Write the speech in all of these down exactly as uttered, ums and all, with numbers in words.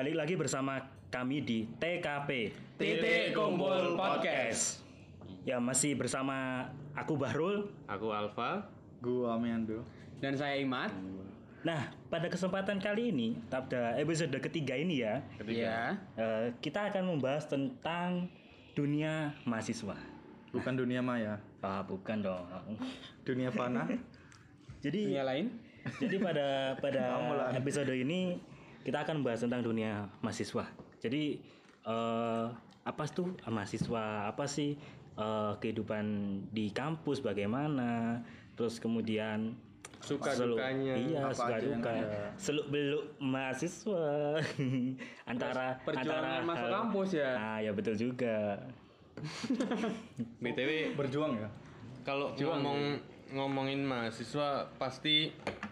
balik lagi bersama kami di T K P Titik Kumpul Podcast. Ya masih bersama aku Bahrul, Aku Alfa, gua Miando, dan saya Imat. Nah, pada kesempatan kali ini, pada episode ketiga ini ya, Iya. eh, kita akan membahas tentang dunia mahasiswa. bukan dunia maya, Ah, bukan dong. dunia fana. Jadi, Dunia lain? jadi pada pada Kamu lah. episode ini kita akan membahas tentang dunia mahasiswa. Jadi, eh, apa tuh mahasiswa? Apa sih eh, kehidupan di kampus? Bagaimana? Terus kemudian Suka seluk- dukanya, iya, apa suka aja yang duka, ada. seluk beluk mahasiswa antara perjuangan antara masuk hal- kampus ya? Ah ya betul juga. B T W Berjuang ya. kalau ngomong ngomongin mahasiswa pasti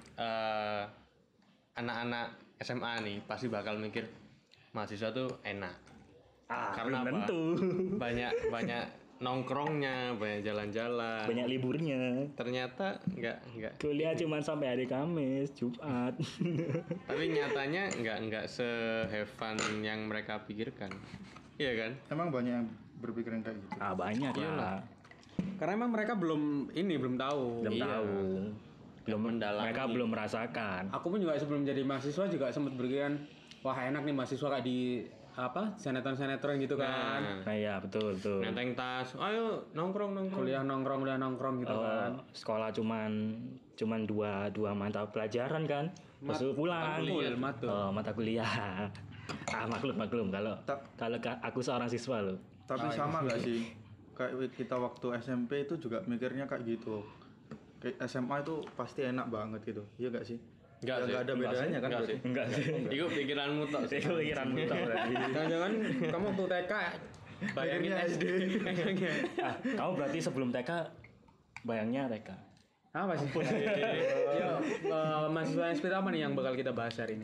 eh, anak-anak S M A nih pasti bakal mikir mahasiswa tuh enak. Ah, Karena belum apa? tentu. Banyak banyak nongkrongnya, banyak jalan-jalan. Banyak liburnya. Ternyata enggak enggak. Kuliah cuma sampai hari Kamis, Jumat. Tapi nyatanya enggak enggak se-have fun yang mereka pikirkan. Iya kan? Emang banyak yang berpikiran kayak gitu. Ah banyak lah. Karena emang mereka belum ini belum tahu. Belum Iya. tahu. Belum mendalami. Mereka belum merasakan. Aku pun juga sebelum jadi mahasiswa juga sempat berpikiran, wah enak nih mahasiswa kayak di apa sinetron-sinetron gitu kan. Nah ya betul betul. Nenteng tas, ayo nongkrong nongkrong. Kuliah nongkrong, kuliah nongkrong gitu Oh, kan. sekolah cuman cuman dua dua mata pelajaran kan. Terus Mat- pulang. matkul, matkul. Oh, mata kuliah. Ah maklum maklum kalau Ta- kalau ka- aku seorang siswa loh. Tapi sama nggak sih? Kayak kita waktu S M P itu juga mikirnya kayak gitu. Kayak S M A itu pasti enak banget gitu. Iya nggak sih? Enggak Ya, sih. nggak ada Enggak bedanya sih. kan Enggak berarti? sih. Enggak sih. Itu pikiranmu tok. Itu pikiranmu tok berarti. Jangan-jangan kamu waktu T K Bayangin Mikirnya S D. Ah, kamu berarti sebelum T K bayangnya T K. apa sih? Ya, eh, mahasiswa yang seperti apa nih yang bakal kita bahas hari ini?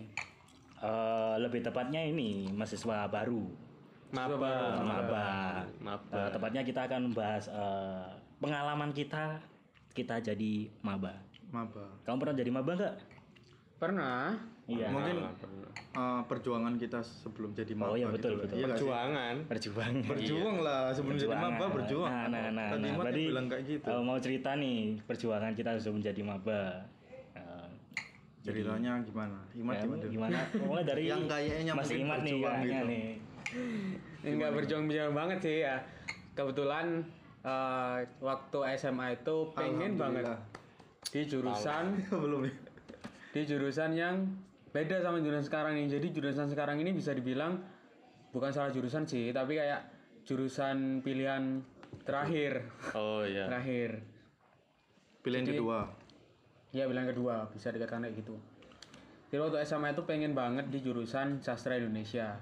Eh, lebih tepatnya ini mahasiswa baru. Maba. Maba. Maba. Eh, tepatnya kita akan membahas eh, pengalaman kita kita jadi maba. Maba. Kamu pernah jadi maba nggak? Pernah. Iya. Mungkin Ah, pernah. uh, perjuangan kita sebelum jadi maba. Oh, iya, betul, gitu. betul. Iya nggak sih? Perjuangan. Berjuang. Berjuang lah sebelum jadi Perjuangan. maba berjuang. Nah, nah, nah, Tadi nah. Imat Berarti, yang bilang kayak gitu. eh, mau cerita nih perjuangan kita sebelum jadi maba. Eh, Ceritanya gimana? Imat ya, gimana? gimana? Mulai dari Yang kayaknya Mas mungkin Imat nih berjuang kayaknya gitu. nih. Enggak berjuang-berjuang banget sih ya. Kebetulan eh, waktu S M A itu pengen banget Alhamdulillah. di jurusan Belum ya? di jurusan yang beda sama jurusan sekarang ini. Jadi jurusan sekarang ini bisa dibilang bukan salah jurusan sih, tapi kayak jurusan pilihan terakhir. Oh iya. Terakhir. Pilihan Jadi- kedua. Ya pilihan kedua bisa dikatakan kayak gitu. Jadi waktu S M A itu pengen banget di jurusan sastra Indonesia.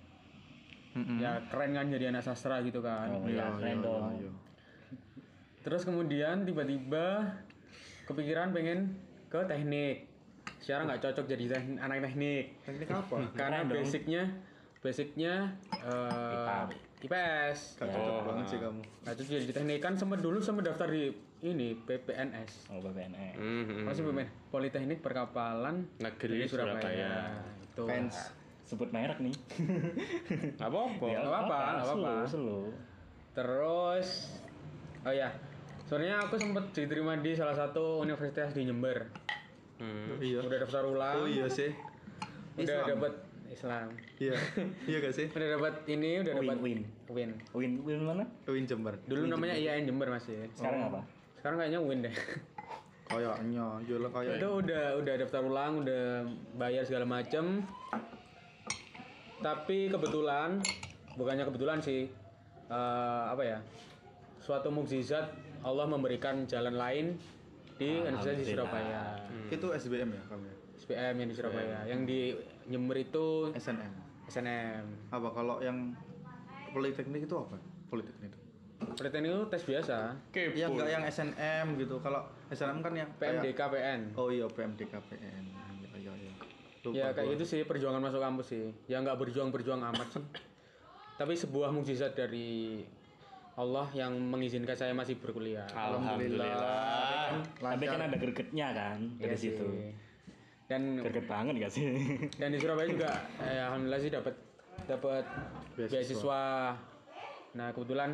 Mm-mm. Ya keren kan jadi anak sastra gitu kan. Oh iya, keren dong. iya. Terus kemudian tiba-tiba kepikiran pengen ke teknik. Secara nggak cocok jadi teknik, anak teknik. Teknik apa? Karena Keren dong. basicnya basicnya eh, I P S. Gak cocok banget sih kamu. Nah itu jadi teknik kan sempat dulu sempat daftar di ini P P N S. Oh, B P N S. Mhm. Masih P P N Politeknik Perkapalan Negeri di Surabaya. Itu. Fans. Sebut merek nih. Apa apa? Ya, nggak apa-apa, nggak apa-apa. Slow, slow. Terus oh ya, sebenarnya aku sempat diterima di salah satu universitas di Jember. Hmm. Iya. Udah daftar ulang. Oh iya sih. Udah Islam. dapat Islam. Iya. Iya gak sih? Udah dapat ini, udah dapat Win, Win. Win, win mana? Win Jember. Dulu namanya I A N Jember masih. Sekarang apa? Sekarang kayaknya Win deh. Kayaknya, jualan kayak Itu udah udah daftar ulang, udah bayar segala macem. Tapi kebetulan, bukannya kebetulan sih, eh, apa ya? Suatu mukjizat Allah memberikan jalan lain di Universitas di Surabaya. itu S B M ya kamu ya? S P M yang di Surabaya. Yang di Jember itu S N M. S N M. Apa kalau yang Politeknik itu apa? Politeknik itu. Politeknik itu tes biasa. Kepo. Ya enggak yang S N M gitu. Kalau S N M kan yang P M D K P N. Oh iya P M D K P N. Iya iya iya. Lupa Ya kayak gua. gitu sih perjuangan masuk kampus sih. Ya nggak berjuang-berjuang amat sih. Tapi sebuah mukjizat dari Allah yang mengizinkan saya masih berkuliah. Alhamdulillah. Tapi kan ada gregetnya kan dari Iya sih. situ. Dan Greget banget gak sih? dan di Surabaya juga eh, alhamdulillah sih dapat dapat Beasiswa. beasiswa. Nah, kebetulan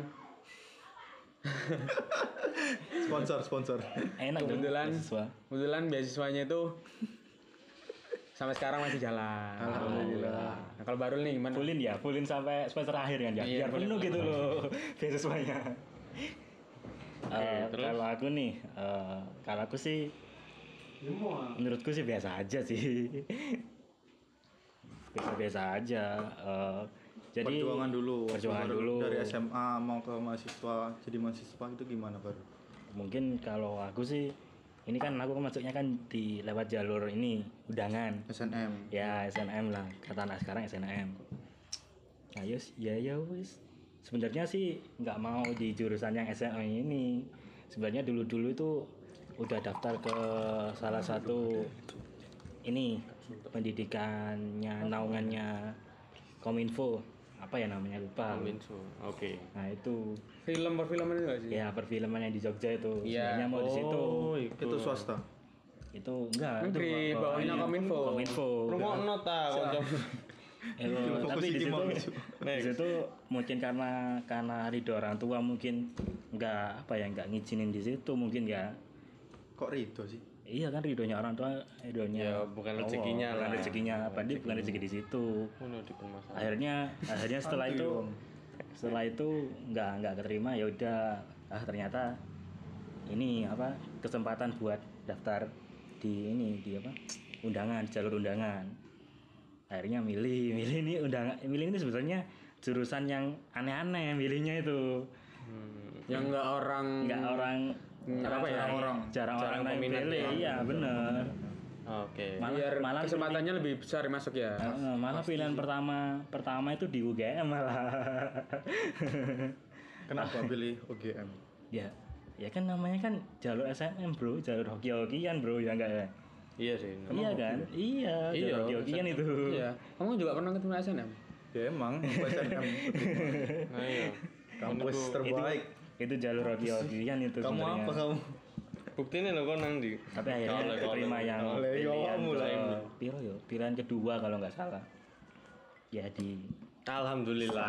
Sponsor, sponsor. Enak dong Kebetulan. beasiswa. kebetulan beasiswanya itu sampai sekarang masih jalan. Alhamdulillah. Nah, kalau Barul nih gimana? Fullin ya, fullin sampai semester akhir kan ya. Iya, Biar penuh gitu loh beasiswanya. Eh, terus? kalau aku nih, eh, kalau aku sih menurutku sih biasa aja sih. Biasa-biasa aja. Eh, jadi Perjuangan dulu. Perjuangan Baru dulu. Dari S M A mau ke mahasiswa, jadi mahasiswa itu gimana baru? Mungkin kalau aku sih ini kan aku masuknya kan di lewat jalur ini undangan. S N M. Ya S N M lah, kata anak sekarang S N M. Nah yus, ya ya wis. Sebenarnya sih nggak mau di jurusan yang S N M ini. Sebenarnya dulu-dulu itu udah daftar ke salah satu ini pendidikannya naungannya Kominfo, apa ya namanya lupa. Kominfo. Oke. Nah itu Film perfilman itu nggak sih? ya perfilman yang di Jogja itu. Iya. Sebenarnya mau di situ. Oh, Itu swasta. Itu enggak. Negeri, itu bawahnya Kominfo. Kominfo. Rungokno ta kanca. Eh, tapi di Fokus iki situ mau. di situ mungkin karena karena ridho orang tua mungkin nggak apa ya nggak ngizinin di situ mungkin ya. Kok Rido sih? Iya kan ridhonya orang tua, ridhonya Ya, bukan Allah, rezekinya bukan lah. rezekinya apa dia bukan rezeki di situ. Ngono di permasalahan. Akhirnya akhirnya setelah itu setelah itu nggak nggak keterima ya udah ah ternyata ini apa kesempatan buat daftar di ini di apa undangan jalur undangan. Akhirnya milih milih ini undangan milih ini sebenarnya jurusan yang aneh-aneh milihnya itu Yang nggak orang nggak orang apa ya? jarang orang jarang orang yang peminat pilih ya. iya bener Oke. malah biar malah kesempatannya lebih besar masuk ya. Eh, malah pilihan pertama pertama itu di U G M malah Kenapa pilih U G M? ya ya kan namanya kan jalur S N M bro jalur hoki-hokian bro ya enggak ya Iya sih. iya kan iya Iya, jalur hoki-hokian itu Iya. Kamu juga pernah ketemu S N M? Ya emang S N M Nah, iya. kampus terbaik. itu jalur hoki-hokian itu Kamu sebenarnya. apa kamu? Buktinya lo kok nang di. Tapi akhirnya Oleh, keterima oleh. yang Oleh, pilihan kamu ke lah. piro yo pilihan kedua kalau nggak salah ya di Alhamdulillah.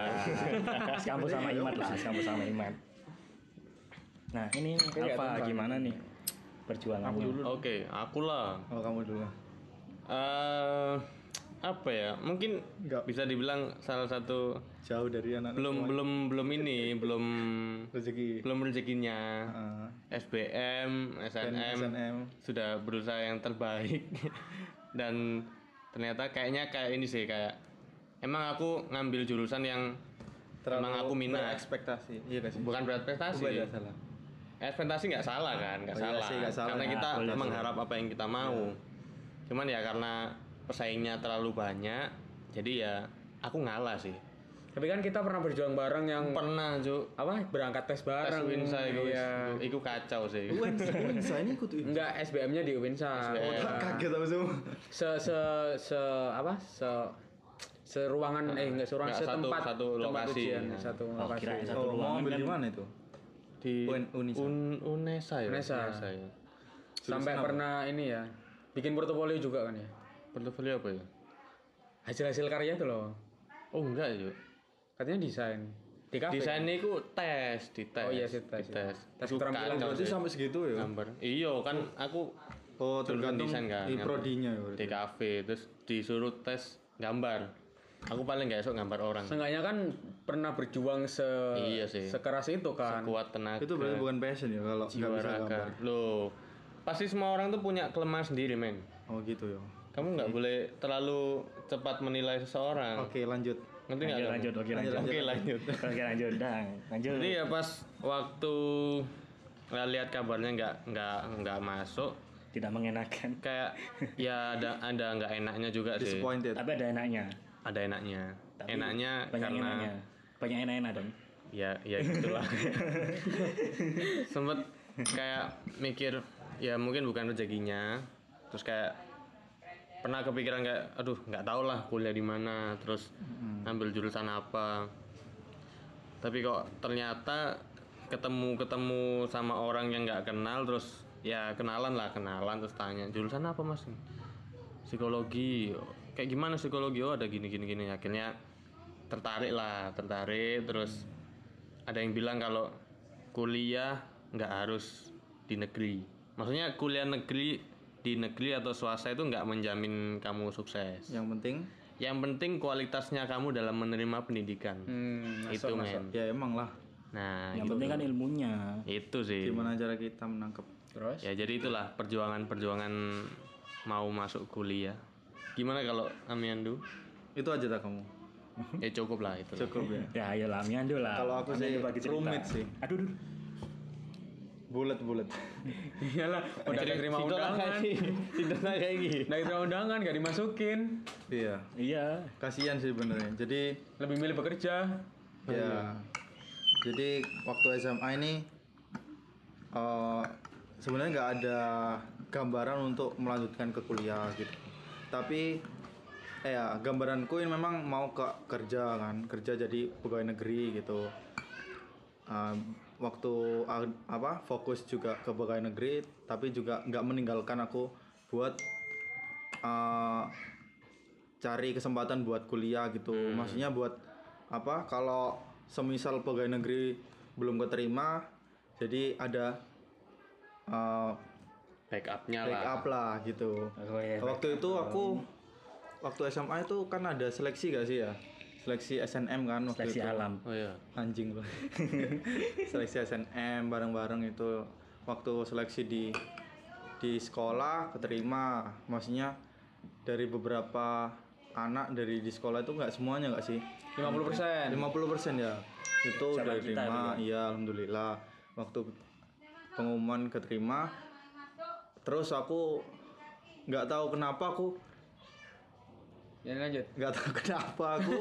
kampus sama Imat lah kampus sama Imat. Nah ini apa gimana nih perjuangannya Oke, aku lah. Oh kamu dulu. Eh apa ya? Mungkin Nggak. bisa dibilang salah satu Jauh dari anak belum belum belum ini, belum rezeki. belum rezekinya. Ah, S B M, S N M, S N M. sudah berusaha yang terbaik dan ternyata kayaknya kayak ini sih kayak emang aku ngambil jurusan yang emang aku minat, ekspektasi. Iya gak sih? bukan berat prestasi. Beda salah. Ekspektasi nggak salah kan, nggak Oh iya salah. sih, nggak salah. Karena kita Boleh, mengharap apa yang kita mau. Cuman ya karena pesaingnya terlalu banyak, jadi ya aku ngalah sih. Tapi kan kita pernah berjuang bareng yang Pernah Cuk, apa berangkat tes tes bareng. Winsa itu, Iya. itu kacau sih. Saya ini ikut itu. Enggak, S B M-nya di Uinsa. S B M. Iya. Kaget aku semua. Se se se apa? Se seruangan eh enggak seruangan Nggak, satu- setempat satu tempat lokasi. ujian, Nah. satu Oh, lokasi. kirain satu Oh, mau ruangan ambil kan di mana itu? Di Un Unisa. Un Unesa ya. Unesa. ya. Sampai pernah ini ya. Bikin portofolio juga kan ya. Portofolio apa ya? Hasil-hasil karya itu loh. Oh enggak ya. Katanya desain. Di kafe. Desain itu tes, di tes. Oh iya, sih, tes, Di tes. Tes Itu keterampilan kacau Berarti sih. sampai segitu ya? Gambar. Iya kan aku Oh, jurusan tergantung desain kan. di ngambil. prodinya ya. Di kafe terus disuruh tes gambar. Aku paling nggak esok gambar orang. Seenggaknya kan pernah berjuang se Iya sih. sekeras itu kan. Kuat tenaga. Itu berarti bukan passion ya kalau nggak jiwa bisa raga. gambar. Loh, pasti semua orang tuh punya kelemahan sendiri, men. Oh gitu ya. Kamu nggak boleh terlalu cepat menilai seseorang. Oke lanjut. Ngerti nggak? lanjut kamu? lanjut oke lanjut Oke lanjut. oke lanjut dang lanjut Jadi ya pas waktu nggak lihat kabarnya nggak nggak nggak masuk, tidak mengenakan kayak ya ada ada nggak enaknya juga sih. Disappointed. tapi ada enaknya Ada enaknya. Tapi enaknya banyak karena enaknya banyak enak-enak dong ya ya gitulah. Sempet kayak mikir ya mungkin bukan rezekinya. Terus kayak pernah kepikiran kayak aduh nggak tahu lah kuliah di mana, terus ambil jurusan apa. Tapi kok ternyata ketemu ketemu sama orang yang nggak kenal, terus ya kenalan lah kenalan terus tanya jurusan apa mas, psikologi. Kayak gimana psikologi? Oh ada gini gini gini. Akhirnya tertarik lah, tertarik. Terus ada yang bilang kalau kuliah nggak harus di negeri. Maksudnya kuliah negeri di negeri atau swasta itu nggak menjamin kamu sukses. Yang penting Yang penting kualitasnya kamu dalam menerima pendidikan. Hmm, Itu men. ya emang lah Nah, Yang gitu. penting kan ilmunya. Itu sih. gimana cara kita menangkap. terus Ya jadi itulah perjuangan-perjuangan mau masuk kuliah. Gimana kalau Amiandu? Itu aja tak kamu. Ya cukup lah itu. Cukup ya. Ya ayo lah Amiando lah. Kalau aku sih Amiando bagi cerita. rumit sih. Aduh, aduh. Bulat-bulat. iyalah udah terima undangan Tidak kayak gini. udah terima undangan gak dimasukin Iya. Iya. Kasihan sih benernya. Jadi lebih milih bekerja. ya. Jadi waktu S M A ini eh sebenarnya nggak ada gambaran untuk melanjutkan ke kuliah gitu. Tapi eh ya gambaranku ini memang mau ke kerja kan, kerja jadi pegawai negeri gitu. Eh, waktu ah, apa fokus juga ke pegawai negeri, tapi juga nggak meninggalkan aku buat eh, cari kesempatan buat kuliah gitu. Maksudnya buat apa? Kalau semisal pegawai negeri belum keterima, jadi ada uh, Backupnya lah. backup lah gitu. Oh, iya, Waktu itu aku waktu S M A itu kan ada seleksi gak sih ya? Seleksi S N M kan waktu Seleksi itu. alam. Oh iya. Anjing loh. Seleksi S N M bareng-bareng itu waktu seleksi di di sekolah keterima. Maksudnya dari beberapa anak dari di sekolah itu nggak semuanya nggak sih? lima puluh persen lima puluh persen ya. Itu Sama udah kita diterima. dulu. Iya, alhamdulillah. Waktu pengumuman keterima, terus aku nggak tahu kenapa aku ya lanjut nggak tahu kenapa aku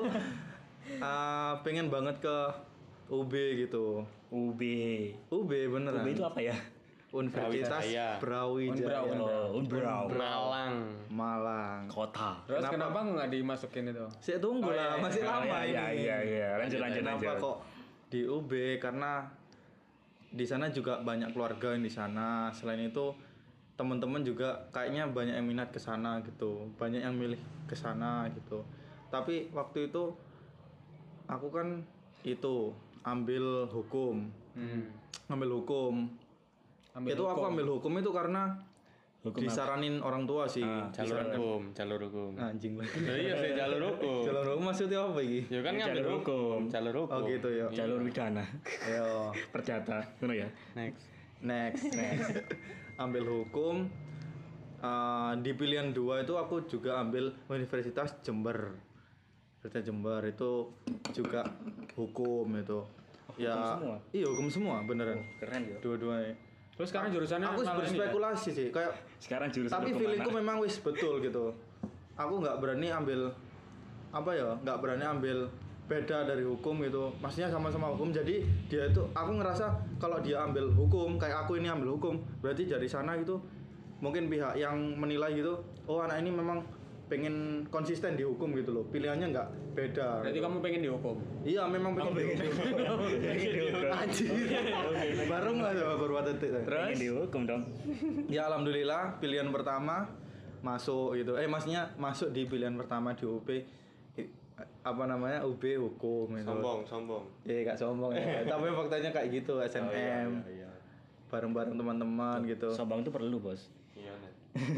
uh, pengen banget ke U B gitu. U B. U B beneran. U B itu apa ya? Universitas Brawijaya. Brawijaya Oh, Unbrau. Malang. Malang. Kota. terus Kenapa? kenapa nggak dimasukin itu Saya tunggu lah, masih Oh, lama iya, ini. Iya, iya, lanjut lanjut Kenapa lanjut. kok di U B? Karena di sana juga banyak keluarga yang di sana. Selain itu teman-teman juga kayaknya banyak yang minat ke sana gitu. Banyak yang milih ke sana gitu. Tapi waktu itu aku kan itu ambil hukum. hmm. Ambil hukum. Ambil itu aku hukum. ambil hukum itu karena Hukum disaranin orang tua sih. Jalur hukum, jalur hukum. Anjing lah. Oh iya sih jalur hukum. Jalur hukum maksudnya apa ini? Ya kan Ini ngambil jalur hukum, hukum. jalur hukum. Oh gitu ya. Jalur pidana. Ayo. Perdata. Ngono ya. Next. Next, next. Ambil hukum. Uh, di pilihan dua itu aku juga ambil Universitas Jember. Universitas Jember itu juga hukum itu. ya, semua? Iya hukum semua beneran. Keren ya. Dua-duanya. terus sekarang jurusannya Aku malah ini ya? berspekulasi sih kayak. Sekarang jurusan Tapi hukum feelingku mana? memang wis betul gitu. Aku nggak berani ambil apa ya, nggak berani ambil beda dari hukum gitu. Maksudnya sama-sama hukum. Jadi dia itu aku ngerasa kalau dia ambil hukum kayak aku ini ambil hukum, berarti dari sana gitu mungkin pihak yang menilai gitu, oh anak ini memang pengen konsisten di hukum gitu loh. Pilihannya nggak beda. berarti kamu pengen dihukum Iya memang pengen dihukum. Anjir. Baru nggak coba berbuat detik. Terus dihukum dong. Ya alhamdulillah pilihan pertama masuk gitu. Eh maksudnya masuk di pilihan pertama di U B i- apa namanya U B hukum gitu. Sombong, sombong. Ya gak sombong ya. Tapi faktanya kayak gitu S N M. Bareng-bareng teman-teman gitu. Sombong itu perlu, Bos. Iya, Net.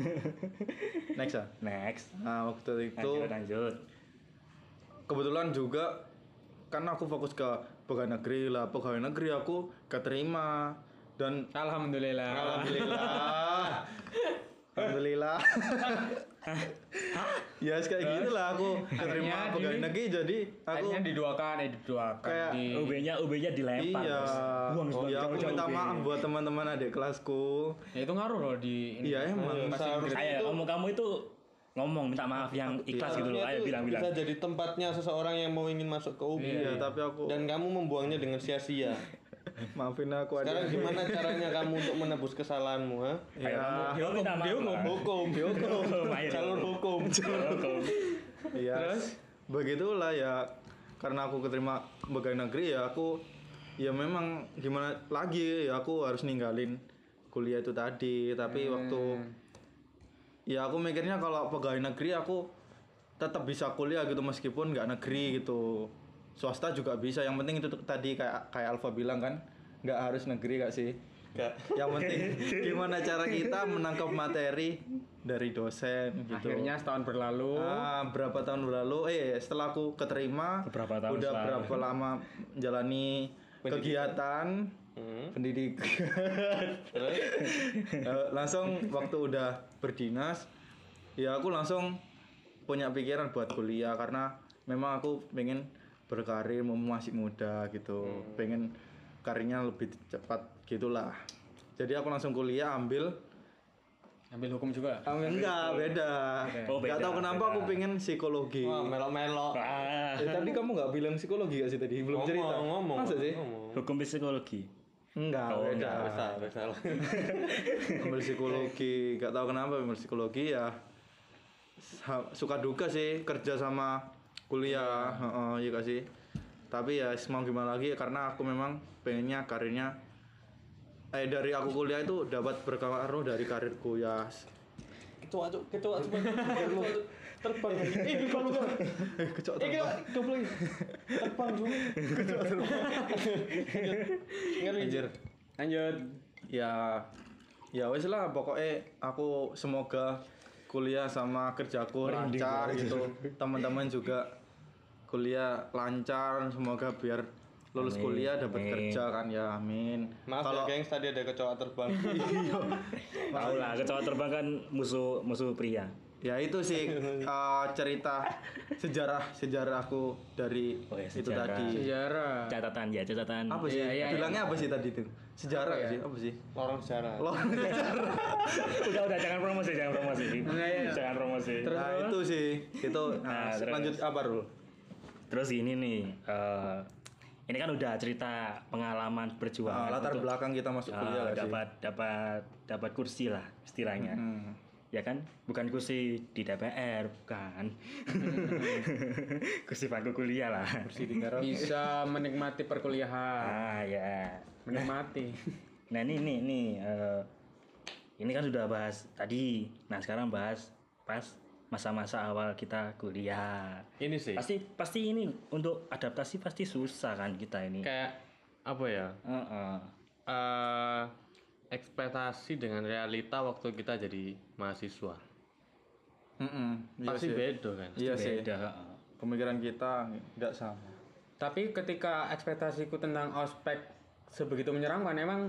Next ya. Next. Nah waktu itu Lanjut lanjut. kebetulan juga kan aku fokus ke pegawai negeri lah. Pegawai negeri aku keterima dan alhamdulillah alhamdulillah. Alhamdulillah. Ya kayak gitulah aku keterima Akhirnya pegawai di- negeri jadi aku akhirnya diduakan eh diduakan Kayak di U B-nya U B-nya dilempar. iya. Bos. Buang Oh, ya aku jauh-jauh minta U B. maaf buat teman-teman adik kelasku. ya itu ngaruh loh di ini. Iya emang. Ayo, kamu kamu itu ngomong minta maaf yang ikhlas gitu loh. Ayo bilang-bilang. Bisa jadi tempatnya seseorang yang mau ingin masuk ke U B. Iya, tapi aku Dan kamu membuangnya dengan sia-sia. maafin aku adik. Sekarang gimana caranya kamu untuk menebus kesalahanmu, ha? Ayo kamu Ya, kamu minta maaf. dihukum, lah. Hukum, Hukum, ayo. jalur hukum. Hukum. Iya. Begitulah ya. Karena aku keterima pegawai negeri ya aku ya memang gimana lagi ya aku harus ninggalin kuliah itu tadi. Tapi waktu ya aku mikirnya kalau pegawai negeri aku tetap bisa kuliah gitu meskipun nggak negeri gitu. Swasta juga bisa, yang penting itu t- tadi kayak kayak Alfa bilang kan, nggak harus negeri gak sih? Gak. Yang penting gimana cara kita menangkap materi dari dosen gitu. Akhirnya setahun berlalu. Ah, berapa tahun berlalu? Eh, setelah aku keterima, Beberapa tahun udah setelah. berapa lama menjalani kegiatan Hmm. pendidikan. Eh, langsung waktu udah berdinas, ya aku langsung punya pikiran buat kuliah karena memang aku pengen berkarir, mau masih muda gitu, pengen karirnya lebih cepat gitulah. Jadi aku langsung kuliah ambil Ambil hukum juga. enggak beda. Oh, Enggak beda, tahu kenapa beda. aku pengen psikologi. Wah, melok-melok. Ah, Eh, tadi kamu nggak bilang psikologi gak sih tadi? Belum Ngomong, cerita. ngomong. Masa sih? Ngomong. hukum psikologi. Enggak, Oh, beda. enggak, Salah, salah. Ambil psikologi, gak tahu kenapa ambil psikologi ya. Sa- Suka duka sih kerja sama kuliah, heeh, iya gak sih. Tapi ya mau gimana lagi karena aku memang pengennya karirnya eh dari aku kuliah itu dapat berpengaruh dari karirku ya. Kecoa, cuk. Kecoa cuma terbang. Eh, terbang cuk. Eh, kecok Eh, terbang. goblok. Terbang cuk. Anjir. Lanjut. Ya ya wes lah pokoknya aku semoga kuliah sama kerjaku lancar gitu. Teman-teman juga kuliah lancar, semoga biar lulus Amin. kuliah dapat Amin. kerja kan ya, amin. Maaf Kalau ya, gengs, tadi ada kecoa terbang. Tahu lah, kecoa terbang kan musuh musuh pria. ya itu sih uh, cerita sejarah sejarah aku dari Oh ya, itu sejarah. tadi. Sejarah. Catatan ya, catatan. Apa sih? Iya, iya, Bilangnya apa sih tadi tuh? Sejarah Apa ya? sih, apa sih? Lorong sejarah. Loh, udah udah jangan promosi, jangan promosi. Enggak, iya. Jangan promosi. nah itu sih, itu Nah, nah, terus. lanjut apa dulu? Terus ini nih, eh, ini kan udah cerita pengalaman Nah, perjuangan latar untuk, belakang kita masuk eh, kuliah nggak sih? dapat dapat dapat kursi lah istilahnya. Hmm. Ya kan, bukan kursi di D P R, bukan. Kursi bangku kuliah lah. Kursi di garasi. Bisa menikmati perkuliahan. Ah ya. Menikmati. Nah ini nih nih eh, ini kan sudah bahas tadi. Nah sekarang bahas pas masa-masa awal kita kuliah. Ini sih Pasti pasti ini untuk adaptasi pasti susah kan kita ini. kayak apa ya? Heeh. Eh, ekspektasi dengan realita waktu kita jadi mahasiswa. Mm-mm, iya Pasti sih. beda kan? Iya sih. Beda. heeh. Pemikiran kita nggak sama. Tapi ketika ekspektasiku tentang ospek sebegitu menyeramkan, emang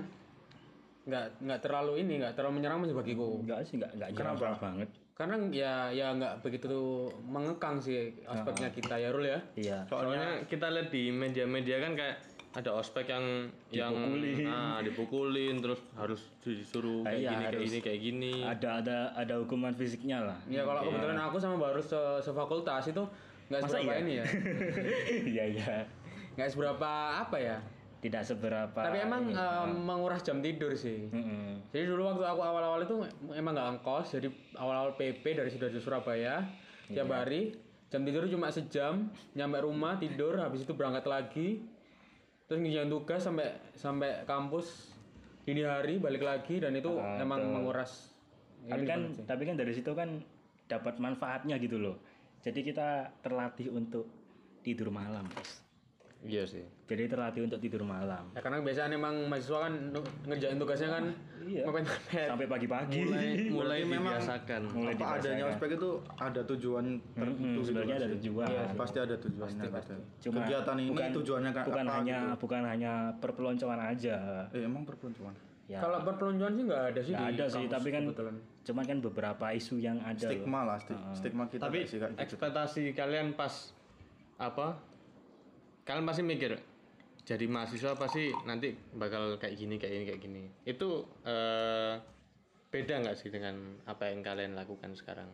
nggak nggak terlalu ini, nggak terlalu menyeramkan sih bagiku. Enggak sih, enggak enggak jarang banget. Karena ya ya nggak begitu mengekang sih ospeknya kita ya Rul ya. Iya. Soalnya kita lihat di media-media kan kayak ada ospek yang yang ah, dipukulin terus harus disuruh kayak Iya, gini kayak harus. gini kayak gini. Ada ada ada hukuman fisiknya lah. Ya kalau kebetulan aku sama baru se sefakultas itu nggak Masa seberapa iya? ini ya. Iya iya. Nggak seberapa apa ya. Tidak seberapa. Tapi emang ini. eh, menguras jam tidur sih. Mm-mm. Jadi dulu waktu aku awal-awal itu emang nggak ngkos, jadi awal-awal P P dari Sidoarjo Surabaya tiap hari jam tidur cuma sejam, nyampe rumah tidur, habis itu berangkat lagi, terus ngerjain tugas sampai sampai kampus dini hari balik lagi dan itu emang menguras. Tapi kan tapi kan dari situ kan dapat manfaatnya gitu loh. Jadi kita terlatih untuk tidur malam, Bos. Iya sih. Jadi terlatih untuk tidur malam. Ya karena biasanya emang mahasiswa kan nu- ngerjain tugasnya kan Iya. mepet-mepet. Sampai pagi-pagi. Mulai mulai Berarti memang dibiasakan. Mulai Apa adanya dibiasakan. ospek itu ada tujuan tertentu Mm-mm, gitu sebenarnya nggak ada sih? tujuan. Iya, pasti ada tujuannya. gitu. Cuma Kegiatan ini bukan, tujuannya kayak bukan apa hanya gitu. bukan hanya perpeloncoan aja. Eh emang perpeloncoan. Ya. Kalau perpeloncoan sih nggak ada sih nggak di ada sih, kampus tapi kan kebetulan. cuman kan beberapa isu yang ada. loh. Stigma lah, sti- stigma kita Tapi nggak sih kayak gitu. ekspektasi kalian pas apa? Kalian pasti mikir jadi mahasiswa pasti nanti bakal kayak gini kayak gini kayak gini. Itu eh, beda nggak sih dengan apa yang kalian lakukan sekarang?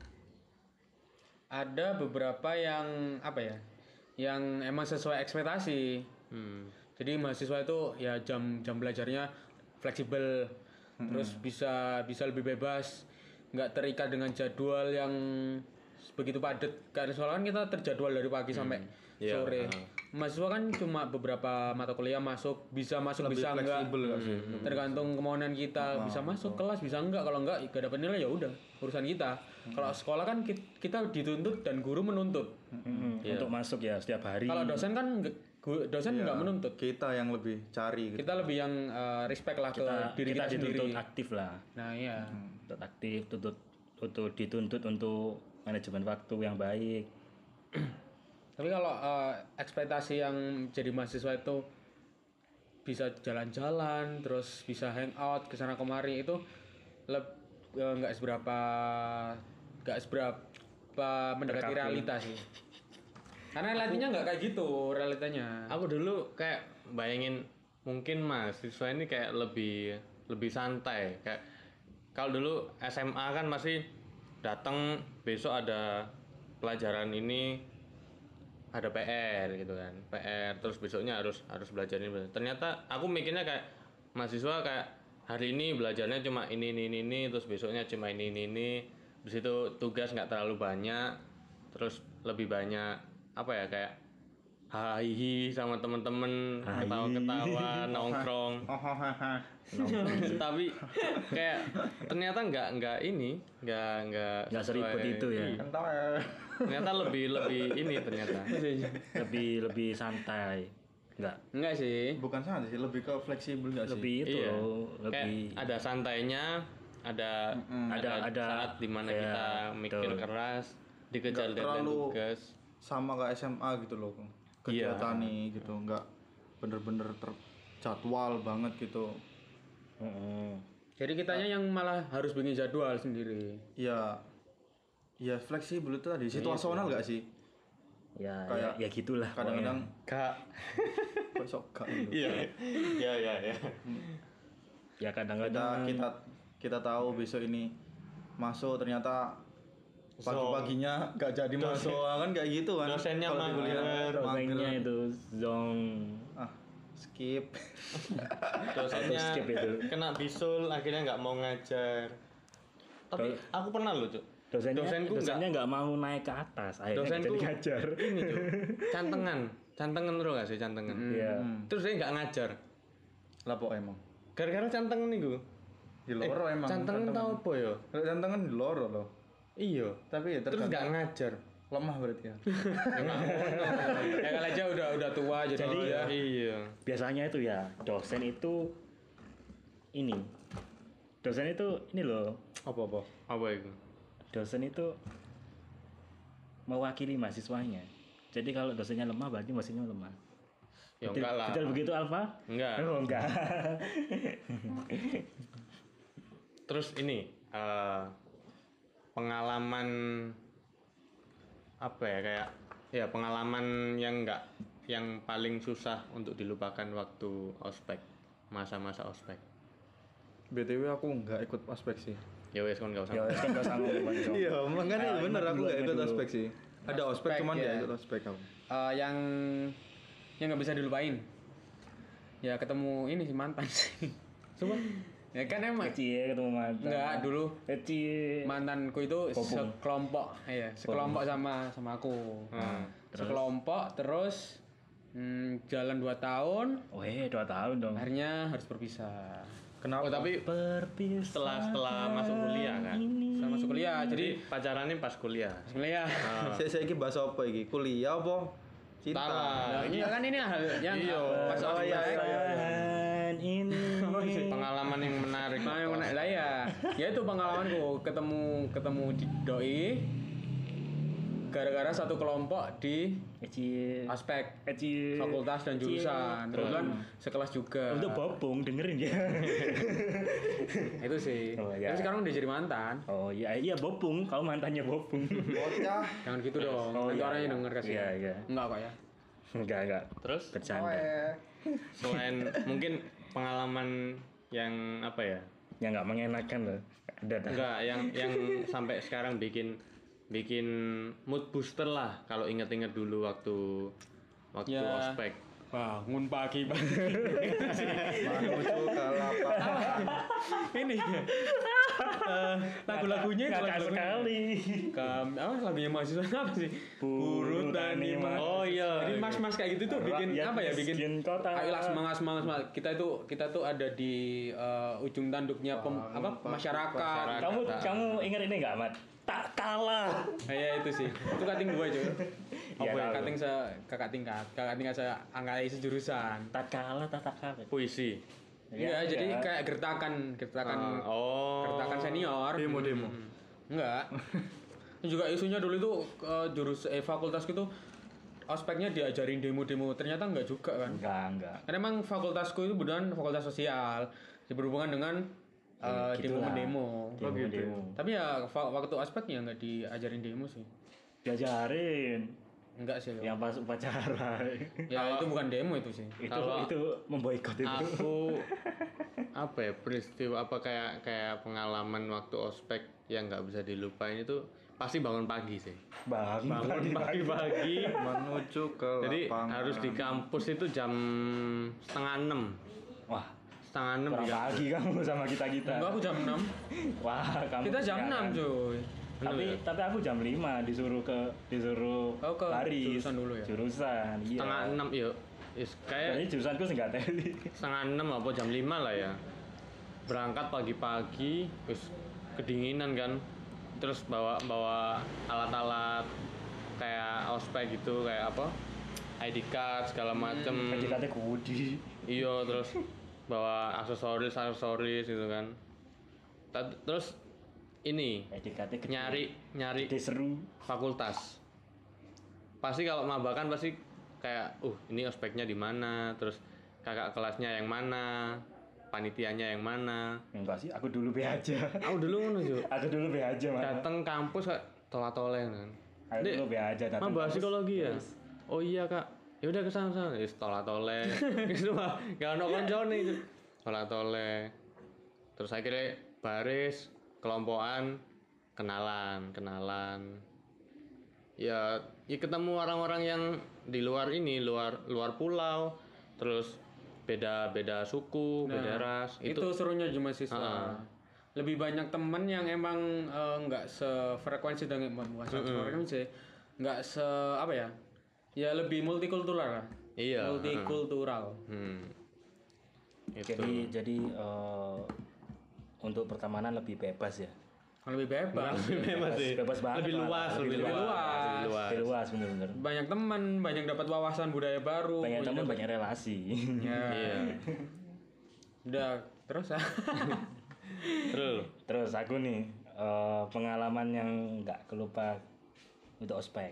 Ada beberapa yang apa ya? Yang emang sesuai ekspektasi. Hmm. Jadi mahasiswa itu ya jam jam belajarnya fleksibel, terus bisa bisa lebih bebas, nggak terikat dengan jadwal yang begitu padat. Karena soalnya kan kita terjadwal dari pagi sampai Iya, sore. Mahasiswa kan cuma beberapa mata kuliah masuk, bisa masuk Lebih bisa enggak. fleksibel nggak sih? Tergantung kemauan kita, bisa masuk kelas bisa enggak. Kalau enggak gak dapat nilai ya udah urusan kita. Kalau sekolah kan ki- kita dituntut dan guru menuntut. Mm-mm. Untuk masuk ya setiap hari. Kalau dosen kan nggak- gu- dosen Iya. enggak menuntut. Kita yang lebih cari gitu. Kita lebih yang eh, respect lah ke kita, diri kita kita, sendiri. dituntut aktif lah. Nah, iya. Tuntut aktif, tuntut tuntut dituntut untuk manajemen waktu yang baik. Tapi kalau eh, ekspektasi yang jadi mahasiswa itu bisa jalan-jalan, terus bisa hangout ke sana kemari itu leb- eh, nggak seberapa nggak seberapa mendekati realita sih. Karena realitanya nggak kayak gitu realitanya. Aku dulu kayak bayangin mungkin mahasiswa ini kayak lebih lebih santai. Kayak kalau dulu S M A kan masih datang besok ada pelajaran ini, ada P R gitu kan, P R terus besoknya harus harus belajar ini. Ternyata aku mikirnya kayak mahasiswa kayak hari ini belajarnya cuma ini ini ini, ini terus besoknya cuma ini ini ini. Terus itu tugas nggak terlalu banyak, terus lebih banyak apa ya kayak hahihi sama temen-temen, ketawa-ketawa, nongkrong. Tapi kayak ternyata nggak nggak ini, nggak nggak Nggak sesuai- seribet itu ya. Iya. Ternyata lebih lebih ini ternyata. lebih lebih santai. Enggak. Enggak sih. Bukan santai sih, lebih ke fleksibel nggak sih? Lebih itu Iya. loh, Kayak lebih ada santainya, ada ada, Ada- ada- saat dimana ya, kita mikir betul. keras, dikejar Nggak deadline terlalu tugas. sama kayak S M A gitu loh. Iya. Kegiatan nih gitu, nggak bener-bener terjadwal banget gitu. Heeh. Jadi kitanya yang malah harus bikin jadwal sendiri. Ya, ya fleksibel itu tadi, situasional nggak sih? Ya, Kayak ya, ya gitulah. Kadang-kadang Kak. kok sok gak gitu. Iya. Iya iya iya. pokoknya. Ya Kita kadang-kadang kita kita tahu besok ini masuk ternyata pagi-paginya nggak jadi masuk kan kayak gitu kan. Dosennya Kalau di kuliah. mager. dosennya itu zong. Ah, skip. Dosennya skip itu. kena bisul akhirnya nggak mau ngajar. Tapi aku pernah loh, Cuk. Dosennya Dosenku dosennya nggak mau naik ke atas. Akhirnya nggak Dosenku jadi ngajar. ini Cuk. Cantengan. Cantengan terus gak sih cantengan? Iya. Terus dia nggak ngajar. Lah kok emang. Gara-gara cantengan nih gue. Di loro emang. Cantengan tau apa ya? Cantengan di loro loh. Iya. Tapi ya Terus tergantung. nggak ngajar. Lemah berarti ya. Ya nggak ngono. Ya kalau aja udah udah tua jadi, Jadi ya. Iya. Biasanya itu ya dosen itu ini. Dosen itu ini loh. Apa apa? Apa itu? Dosen itu mewakili mahasiswanya. Jadi kalau dosennya lemah berarti mahasiswanya lemah. Ya Betul- enggak lah. Betul begitu Alfa? Enggak. Oh, enggak. Terus ini eh, pengalaman apa ya kayak ya pengalaman yang enggak yang paling susah untuk dilupakan waktu ospek, masa-masa ospek. B T W aku nggak ikut ospek sih. Ya wes kan enggak usah. Ya wes kan enggak sama Bang. Iya, makanya Ah, bener ingat aku dulu, nggak ingat ikut dulu. ospek sih. Ada ospek Ospek, cuman ya. nggak ikut ospek aku. Eh, yang yang nggak bisa dilupain. Ya ketemu ini sih mantan sih. Coba. Ya kan emang Kecil ketemu mantan. enggak dulu Kecil. mantanku itu Kopung. sekelompok ya sekelompok sama sama aku. Hmm. Sekelompok terus hmm, jalan dua tahun Oh, eh dua tahun dong. akhirnya harus berpisah. Kenapa? Oh tapi Berpisah. setelah setelah masuk kuliah kan. Saya masuk kuliah jadi Jadi pacarannya pas kuliah. kuliah. saya saya iki bahas apa iki? Kuliah apa? Cinta. Tawa. Nah, ini kan ini hal yang Iya. pas Oh, iya, iya, iya. Dan ini. Pengalaman yang menarik. Nah, yang menarik lah ya. Ya itu pengalamanku ketemu ketemu di doi gara-gara satu kelompok di Kecil. aspek Kecil. fakultas dan Kecil. jurusan. Kebetulan sekelas juga. Untuk bopong dengerin ya. Itu sih. Oh, ya. Tapi sekarang udah jadi mantan. Oh iya iya bopung, kalau mantannya bopung. Bocah. Jangan gitu dong. Oh, Nanti iya, orangnya iya. denger kasih. Iya, iya. Enggak kok ya. enggak enggak. Terus Bercanda. selain mungkin pengalaman yang apa ya? Yang enggak mengenakan loh. Ada ada. Enggak, yang yang sampai sekarang bikin bikin mood booster lah kalau inget-inget dulu waktu waktu Ya. ospek. bangun pagi Menuju ke lapangan. ini eh, lagu-lagunya itu Ngakak lagu-lagunya sekali. Kam, apa lagunya mahasiswa apa sih? Buruh tani mas. Oh iya. Jadi mas-mas kayak gitu tuh bikin Rakyat apa ya? Bikin miskin kota. ayolah semangat semangat semangat. Kita itu kita tuh ada di eh, ujung tanduknya pem, apa masyarakat. masyarakat. Kamu kamu ingat ini nggak, Mat? Tak kalah. Kayak itu sih. Itu kating gue cuy. Iya, Apa ya? tahu. Kating se kakak tingkat, kakak tingkat se angkai sejurusan. Tak kalah, tak tak kalah. Puisi. Iya, Ya, jadi enggak. kayak gertakan, gertakan, Oh. gertakan senior. Demo-demo. Hmm. Enggak. Juga isunya dulu itu eh, jurus eh, fakultas gitu ospeknya diajarin demo-demo. Ternyata enggak juga kan. Enggak, enggak. Karena emang fakultasku itu beneran fakultas sosial, berhubungan dengan eh, Gitulah. demo-demo. Demo, demo. Tapi ya fa- waktu ospeknya nggak diajarin demo sih. Diajarin Enggak sih. yang pas upacara. Ya itu bukan demo itu sih. itu Kalau- itu memboikot itu. Aku apa ya peristiwa apa kayak kayak pengalaman waktu ospek yang nggak bisa dilupain itu pasti bangun pagi sih. Bang, Bangun pagi-pagi. Menuju ke Jadi lapangan. harus di kampus itu jam setengah enam. Wah, Setengah enam kurang di kampus. pagi kamu sama kita kita. Enggak, aku jam enam. Wah, kamu Kita jam kesiangan. enam, cuy. Tapi tapi aku jam lima disuruh ke disuruh Oh, ke baris. jurusan dulu ya? Jurusan, iya. Setengah enam yuk. Is, kayak Kayaknya jurusanku enggak teli. setengah enam apa jam lima lah ya. Berangkat pagi-pagi, terus kedinginan kan. Terus bawa bawa alat-alat kayak ospek gitu kayak apa? I D card segala macem. Kan kita teh kudi. Iya, terus bawa aksesoris aksesoris gitu kan. Ta- Terus ini Eh, D K T gede. nyari nyari Gede seru. fakultas. Pasti kalau mabakan pasti kayak, uh ini ospeknya di mana, terus kakak kelasnya yang mana, panitianya yang mana. Enggak sih, aku dulu B aja. Aku dulu ngono Juk. Aku dulu B aja, Mas. Dateng kampus kayak tola-tole kan. Aku Dek, dulu B aja datang. Maba kampus. psikologi ya? Oh iya kak. Ya udah kesana sana. Wis tola-tole. Gitu mah. Gak ono koncone itu. Tola-tole. Terus akhirnya baris, kelompokan, kenalan, kenalan. Ya, ya ketemu orang-orang yang di luar ini, luar luar pulau. Terus beda-beda suku, beda ras. itu, serunya di mahasiswa. Lebih banyak temen yang emang eh, nggak sefrekuensi dengan bukan sefrekuensi, nggak se apa ya? Ya lebih multikultural lah. Iya, Multikultural. Hmm. Itu. Jadi jadi eh, untuk pertemanan lebih bebas ya. Lebih bebas. Bebas sih. Bebas banget. Lebih malah. luas, lebih luas. Lebih luas. Lebih luas bener-bener. Banyak teman, banyak dapat wawasan budaya baru. Banyak teman, dapat- banyak relasi. Ya. Iya. Udah terus ah. Terus Terus aku nih eh, pengalaman yang nggak kelupa untuk ospek.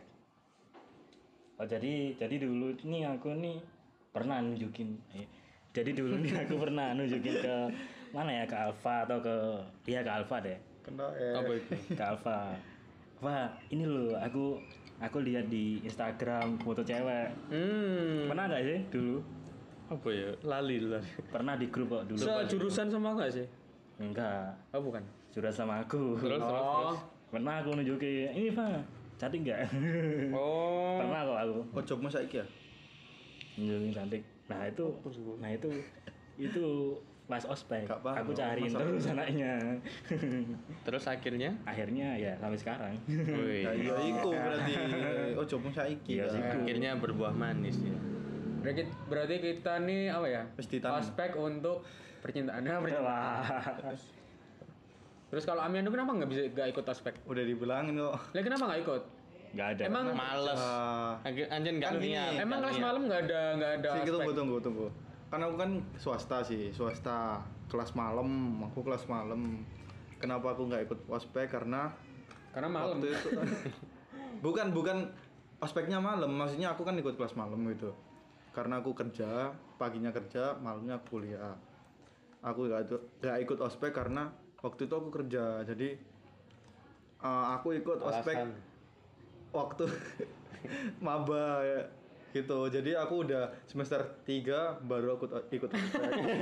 Oh jadi jadi dulu nih aku nih pernah nunjukin. Eh, jadi dulu nih aku pernah nunjukin ke mana ya, ke Alfa atau ke dia ke Alfa deh. Kena eh. apa itu? Ke Alfa. Wah ini loh aku aku lihat di Instagram foto cewek. Hmm. Pernah nggak sih dulu? Apa ya? Lali lali. Pernah di grup kok dulu. Sejurusan sama enggak sih? Enggak. Oh bukan. Jurusan sama aku. Terus terus Oh. terus. Pernah aku nunjukin ini Pak, cantik nggak? Oh. Pernah kok aku Oh, jobmu saiki ya? nunjukin cantik. Nah itu, nah itu, itu pas ospek. Nggak paham, Aku cariin masa- terus anaknya. Terus akhirnya, Akhirnya ya sampai sekarang. wih, Ya iya iku berarti. Oh, jobmu saiki. Iya ya. sih. akhirnya berbuah manis ya. Berarti, berarti kita nih apa ya? Wis ditanam. Ospek untuk percintaan. Nah, percintaan. Wah. Terus kalau Amiando kenapa nggak bisa nggak ikut ospek? Udah dibilangin kok. Lah kenapa nggak ikut? Nggak ada. Emang Males. Ah, Akhir- Anjen nggak Kan gini, niat. emang nggak kelas niat. malam nggak ada nggak ada sih, ospek? tunggu tunggu tunggu. Kan aku kan swasta sih, swasta kelas malam. Aku kelas malam. Kenapa aku nggak ikut ospek? Karena Karena malam. waktu itu bukan bukan ospeknya malam, maksudnya aku kan ikut kelas malam gitu. Karena aku kerja, paginya kerja, malamnya aku kuliah. Aku nggak ikut nggak ikut ospek karena waktu itu aku kerja. Jadi eh, aku ikut ospek Alasan. waktu maba ya. gitu. Jadi aku udah semester tiga baru aku t- ikut ospek.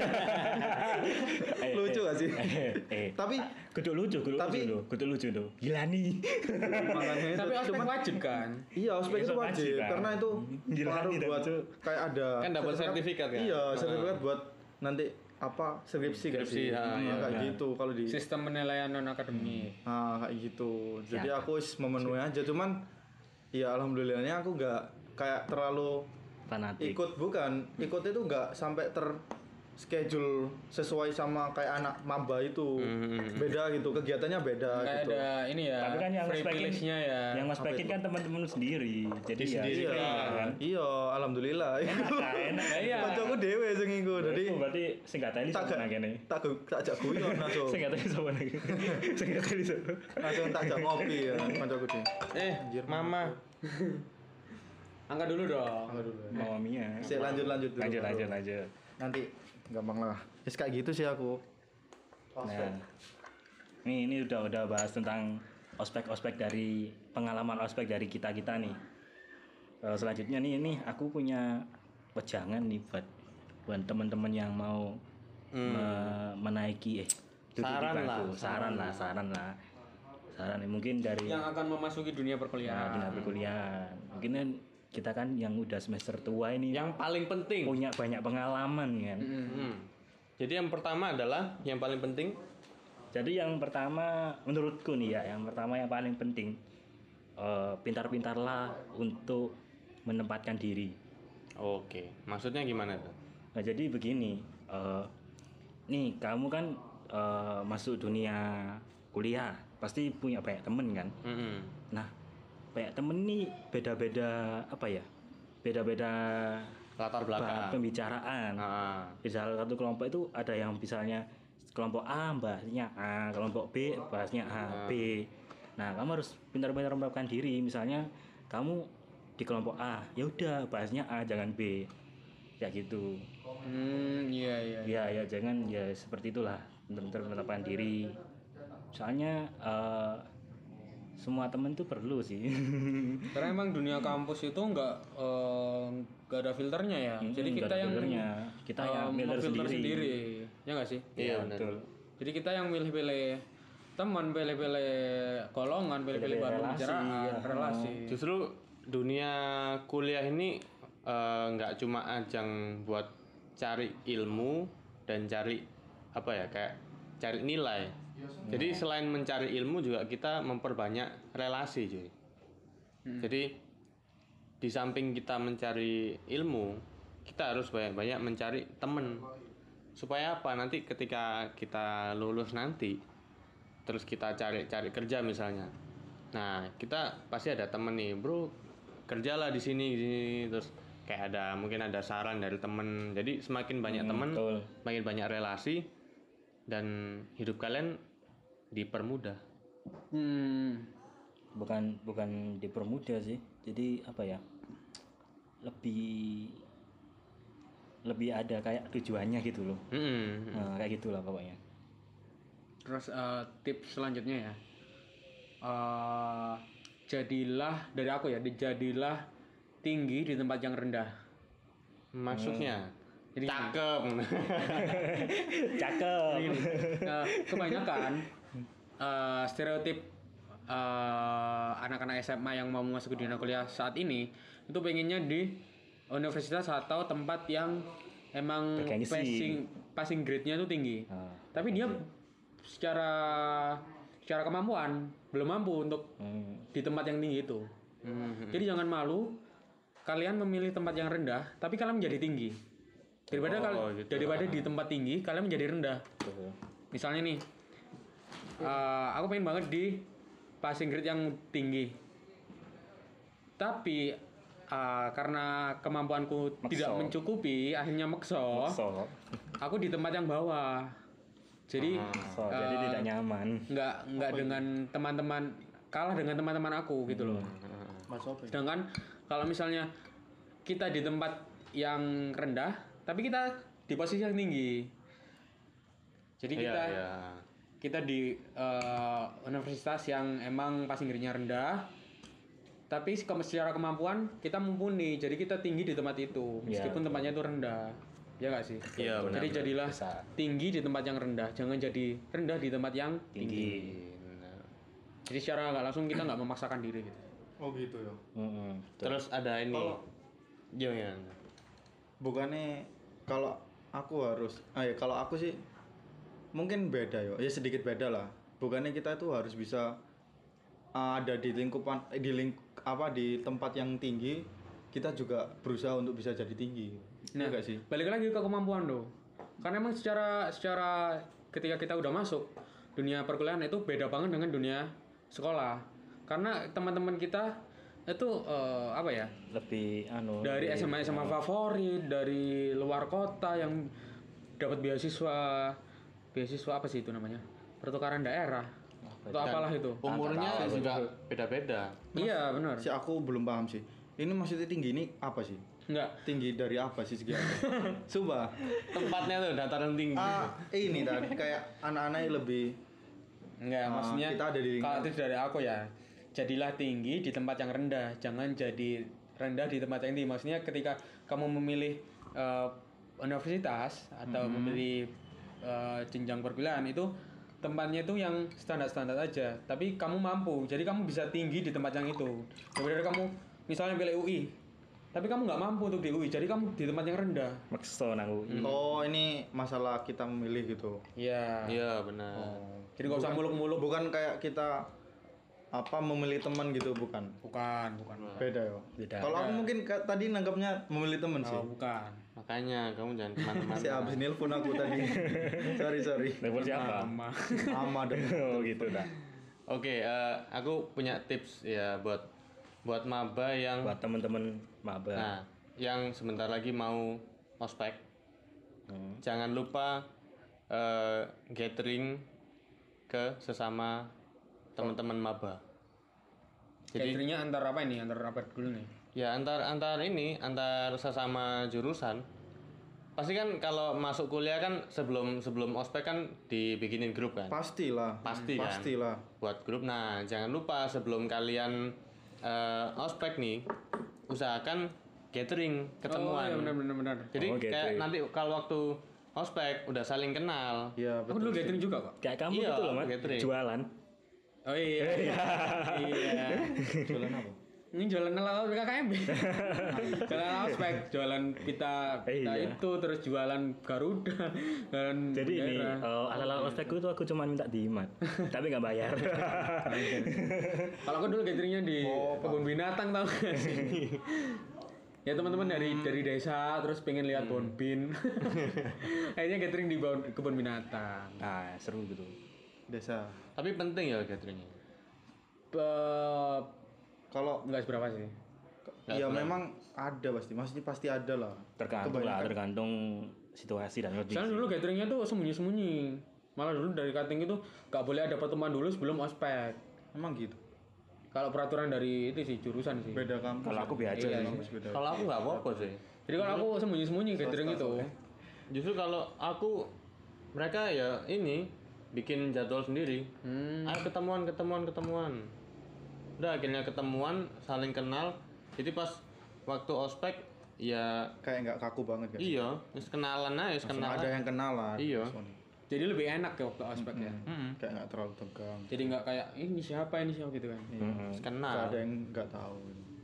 Lucu gak sih? Eh, eh. Tapi Kudu lucu, kudu Tapi- lucu loh, kudu lucu loh. Gila nih. makanya itu Tapi ospek cuman- wajib kan? Iya, ospek itu Ospek wajib wajib, kan? karena itu Gila pengaruh nih, buat Cuk. kayak ada Kan dapat sertifikat kan? Iya, sertifikat buat nanti apa skripsi kayak Skripsi, sih. ah, Nah, iya, kayak iya. gitu kalau di Sistem penilaian non akademik. nah, kayak gitu. Jadi Siap. aku wis memenuhi aja cuman ya alhamdulillahnya aku nggak kayak terlalu Fanatik. ikut bukan ikut itu nggak sampai ter schedule sesuai sama kayak anak maba itu Hmm. beda gitu kegiatannya beda Kayak gitu. ada ini ya. Tapi kan yang free ngospekin privilege-nya ya. Yang ngospekin kan teman-teman sendiri. Jadi ya sendiri Iya, kan. iya, alhamdulillah. Enak kan, enak. Iya. Kancaku dhewe sing iku. Jadi Itu berarti sing gak teli tak sama gak- kene. tak gu- tak jak guyon langsung. Sing gak teli sama lagi. Sing gak teli sama. Langsung tak jak ngopi ya kancaku dhewe. Eh, mama. Angkat dulu dong. Angkat dulu. Mama Mia. Sik lanjut lanjut dulu. Lanjut lanjut lanjut. Nanti gampang lah. Wis kayak gitu sih aku. Nah, nih ini udah udah bahas tentang ospek-ospek dari pengalaman ospek dari kita kita nih. Eh, selanjutnya nih ini aku punya wejangan nih buat buat teman-teman yang mau me- menaiki eh duduk di Saran bangku. lah, saran lah, saran lah, saran nih mungkin dari Yang akan memasuki dunia nah, perkuliahan. dunia perkuliahan. Mungkin kan kita kan yang udah semester tua ini Yang paling penting. punya banyak pengalaman kan. Hmm. Jadi yang pertama adalah yang paling penting. Jadi yang pertama menurutku nih ya, yang pertama yang paling penting eh, pintar-pintarlah untuk menempatkan diri. Oke, maksudnya gimana tuh? Nah jadi begini, eh, nih kamu kan eh, masuk dunia kuliah pasti punya banyak temen kan. Mm-mm. Nah banyak temen nih beda-beda apa ya, beda-beda Latar bah- belakang. pembicaraan. Ah. Di salah satu kelompok itu ada yang misalnya kelompok A bahasnya A, kelompok B bahasnya A, B. Nah, kamu harus pintar-pintar menempatkan diri. Misalnya kamu di kelompok A, ya udah bahasnya A, jangan B. Ya gitu. Hmm, iya iya. Ya, ya jangan ya seperti itulah. Pintar-pintar menempatkan diri. Soalnya eh, semua temen tuh perlu sih. Karena emang dunia kampus itu nggak eh, nggak ada filternya ya. Jadi Hmm, kita nggak ada yang filternya. Kita eh, yang filter memfilter sendiri. Ya nggak sih? Iya, benar. betul. Jadi kita yang milih-pilih teman, pilih-pilih golongan, pilih-pilih bahan relasi, pembicaraan, ya. relasi. Justru dunia kuliah ini eh, nggak cuma ajang buat cari ilmu dan cari apa ya kayak cari nilai. Jadi selain mencari ilmu juga kita memperbanyak relasi, cuy. Jadi di samping kita mencari ilmu, kita harus banyak-banyak mencari temen. Supaya apa? Nanti ketika kita lulus nanti, terus kita cari-cari kerja misalnya. Nah, kita pasti ada temen nih, bro. Kerjalah di sini, di sini. Terus kayak ada mungkin ada saran dari temen. Jadi semakin banyak temen, betul. makin banyak relasi, dan hidup kalian dipermudah. Hmm. bukan bukan dipermudah sih, jadi apa ya, lebih lebih ada kayak tujuannya gitu loh. Mm-mm. Nah, kayak gitulah pokoknya. Terus eh, tips selanjutnya ya, Eh, jadilah dari aku ya, jadilah tinggi di tempat yang rendah. Maksudnya Jadi gini. cakep. Cakep. Gini, eh, kebanyakan eh, stereotip eh, anak-anak S M A yang mau masuk ke dunia kuliah saat ini itu pengennya di universitas atau tempat yang emang Bergengsi. passing passing grade-nya tuh tinggi. Nah, Tapi dia secara secara kemampuan belum mampu untuk hmm, di tempat yang tinggi itu. Mhm. Jadi jangan malu kalian memilih tempat yang rendah, tapi kalian menjadi tinggi. Daripada Oh, kal- gitu. daripada di tempat tinggi kalian menjadi rendah. betul. Misalnya nih, eh, aku pengen banget di passing grade yang tinggi. Tapi eh, karena kemampuanku Makso. tidak mencukupi, akhirnya makso, So, aku di tempat yang bawah. Jadi so jadi eh, tidak nyaman. nggak nggak dengan teman-teman, kalah dengan teman-teman aku gitu loh. Mas Sofi. Sedangkan kalau misalnya kita di tempat yang rendah, tapi kita di posisi yang tinggi. Jadi Iya, kita iya. kita di eh, universitas yang emang passing grade-nya rendah, tapi se- secara kemampuan kita mumpuni, jadi kita tinggi di tempat itu Iya, meskipun tempatnya itu rendah, ya nggak sih? Iya, benar, Jadi benar. jadilah Bisa. tinggi di tempat yang rendah, jangan jadi rendah di tempat yang tinggi. Nah, Jadi secara nggak langsung kita nggak memaksakan diri gitu. Oh gitu ya. Mm-mm. terus ada ini Kalau- gimana? Bukannya kalau aku harus, ah ya kalau aku sih mungkin beda yo, ya sedikit beda lah. Bukannya kita itu harus bisa uh, ada di lingkupan, eh, di ling apa di tempat yang tinggi, kita juga berusaha untuk bisa jadi tinggi. Nah, enggak sih? Balik lagi ke kemampuan tuh. Karena emang secara secara ketika kita udah masuk dunia perkuliahan itu beda banget dengan dunia sekolah. Karena teman-teman kita itu eh, apa ya? Lebih anu Dari lebih- S M A S M A favorit, dari luar kota yang dapat beasiswa. Beasiswa apa sih itu namanya? Pertukaran daerah. Atau apalah itu. Umurnya juga beda-beda. Iya, benar. Si aku belum paham sih. Ini maksudnya tinggi ini apa sih? Enggak. Tinggi dari apa sih segi apa? Sumpah. Tempatnya tuh dataran tinggi. Ah, ini tadi kayak anak-anak yang lebih Enggak, Ah, maksudnya kita ada di lingkungan. kalau tips dari aku ya, jadilah tinggi di tempat yang rendah, jangan jadi rendah di tempat yang tinggi. Maksudnya ketika kamu memilih eh, universitas atau Hmm. memilih eh, jenjang perkuliahan itu tempatnya itu yang standar-standar aja, tapi kamu mampu, jadi kamu bisa tinggi di tempat yang itu. Daripada kamu misalnya pilih U I, tapi kamu nggak mampu untuk di U I, jadi kamu di tempat yang rendah. maksa nang U I. Oh, ini masalah kita memilih gitu. Iya. Iya, benar. Jadi nggak usah muluk-muluk. Bukan kayak kita apa memilih teman gitu, bukan. Bukan, bukan. Beda ya. Beda. Kalau aku mungkin ka- tadi nanggapnya memilih teman sih. Oh, bukan. Makanya kamu jangan kemana-mana. Si abis nelpon aku tadi. sorry sorry. Level siapa? Sama. Ama dong. Oh gitu dah. Oke, eh, aku punya tips ya buat buat maba yang Buat teman-teman maba. nah, yang sebentar lagi mau ospek. Hmm. Jangan lupa eh, gathering ke sesama teman-teman maba. Jadi Cateringnya antar apa ini? Antar apa dulu nih? ya antar antar ini antar sesama jurusan. Pasti kan kalau masuk kuliah kan sebelum sebelum ospek kan dibikinin grup kan. Pastilah. Pasti kan. Pastilah. Buat grup. Nah, jangan lupa sebelum kalian eh, ospek nih, usahakan gathering Oh, ketemuan. iya benar benar benar. Jadi Oh, kayak gathering. nanti kalau waktu ospek udah saling kenal. Iya, Aku dulu gathering juga kok. Kayak kamu Iya, gitu loh, Mas. gathering. Jualan. Oh iya. iya. Jualan apa? Ini jualan ala P K K M B. jualan ospek, jualan pita, pita Iya. itu terus jualan Garuda, jualan Jadi ini bendera. uh, ala-ala ospekku itu aku cuma minta diimat, tapi nggak bayar. Kalau aku dulu gatheringnya di kebun binatang tau gak sih? Ya teman-teman dari dari desa terus pengen lihat bonbin. Akhirnya gathering di bon- kebun binatang. Ah, seru gitu. Desa. Tapi penting ya gatheringnya. Be- Kalau Enggak seberapa sih. ya memang ada pasti. Maksudnya pasti ada lah. Tergantung lah, tergantung situasi dan kondisi. Soalnya dulu gatheringnya tuh sembunyi-sembunyi. Malah dulu dari cutting itu gak boleh ada pertemuan dulu sebelum ospek. Emang gitu. Kalau peraturan dari itu sih jurusan sih. Beda kampus. Kalau ya? aku biasa Iya, sih. Kampus beda. Kalau aku nggak apa-apa sih. Jadi kalau aku sembunyi-sembunyi gathering itu. Justru kalau aku mereka ya ini bikin jadwal sendiri. Hmm. Ayo ketemuan, ketemuan, ketemuan. Udah akhirnya ketemuan, saling kenal. Jadi pas waktu ospek ya Kayak nggak kaku banget kan. iya, wis kenalan aja, wis Langsung kenalan. ada yang kenalan. Iya. Langsung. Jadi lebih enak ya waktu ospek ya. Mm-mm. Kayak nggak terlalu tegang. Jadi nggak kayak ini siapa ini siapa gitu kan. Wis Nggak kenal. ada yang nggak tahu.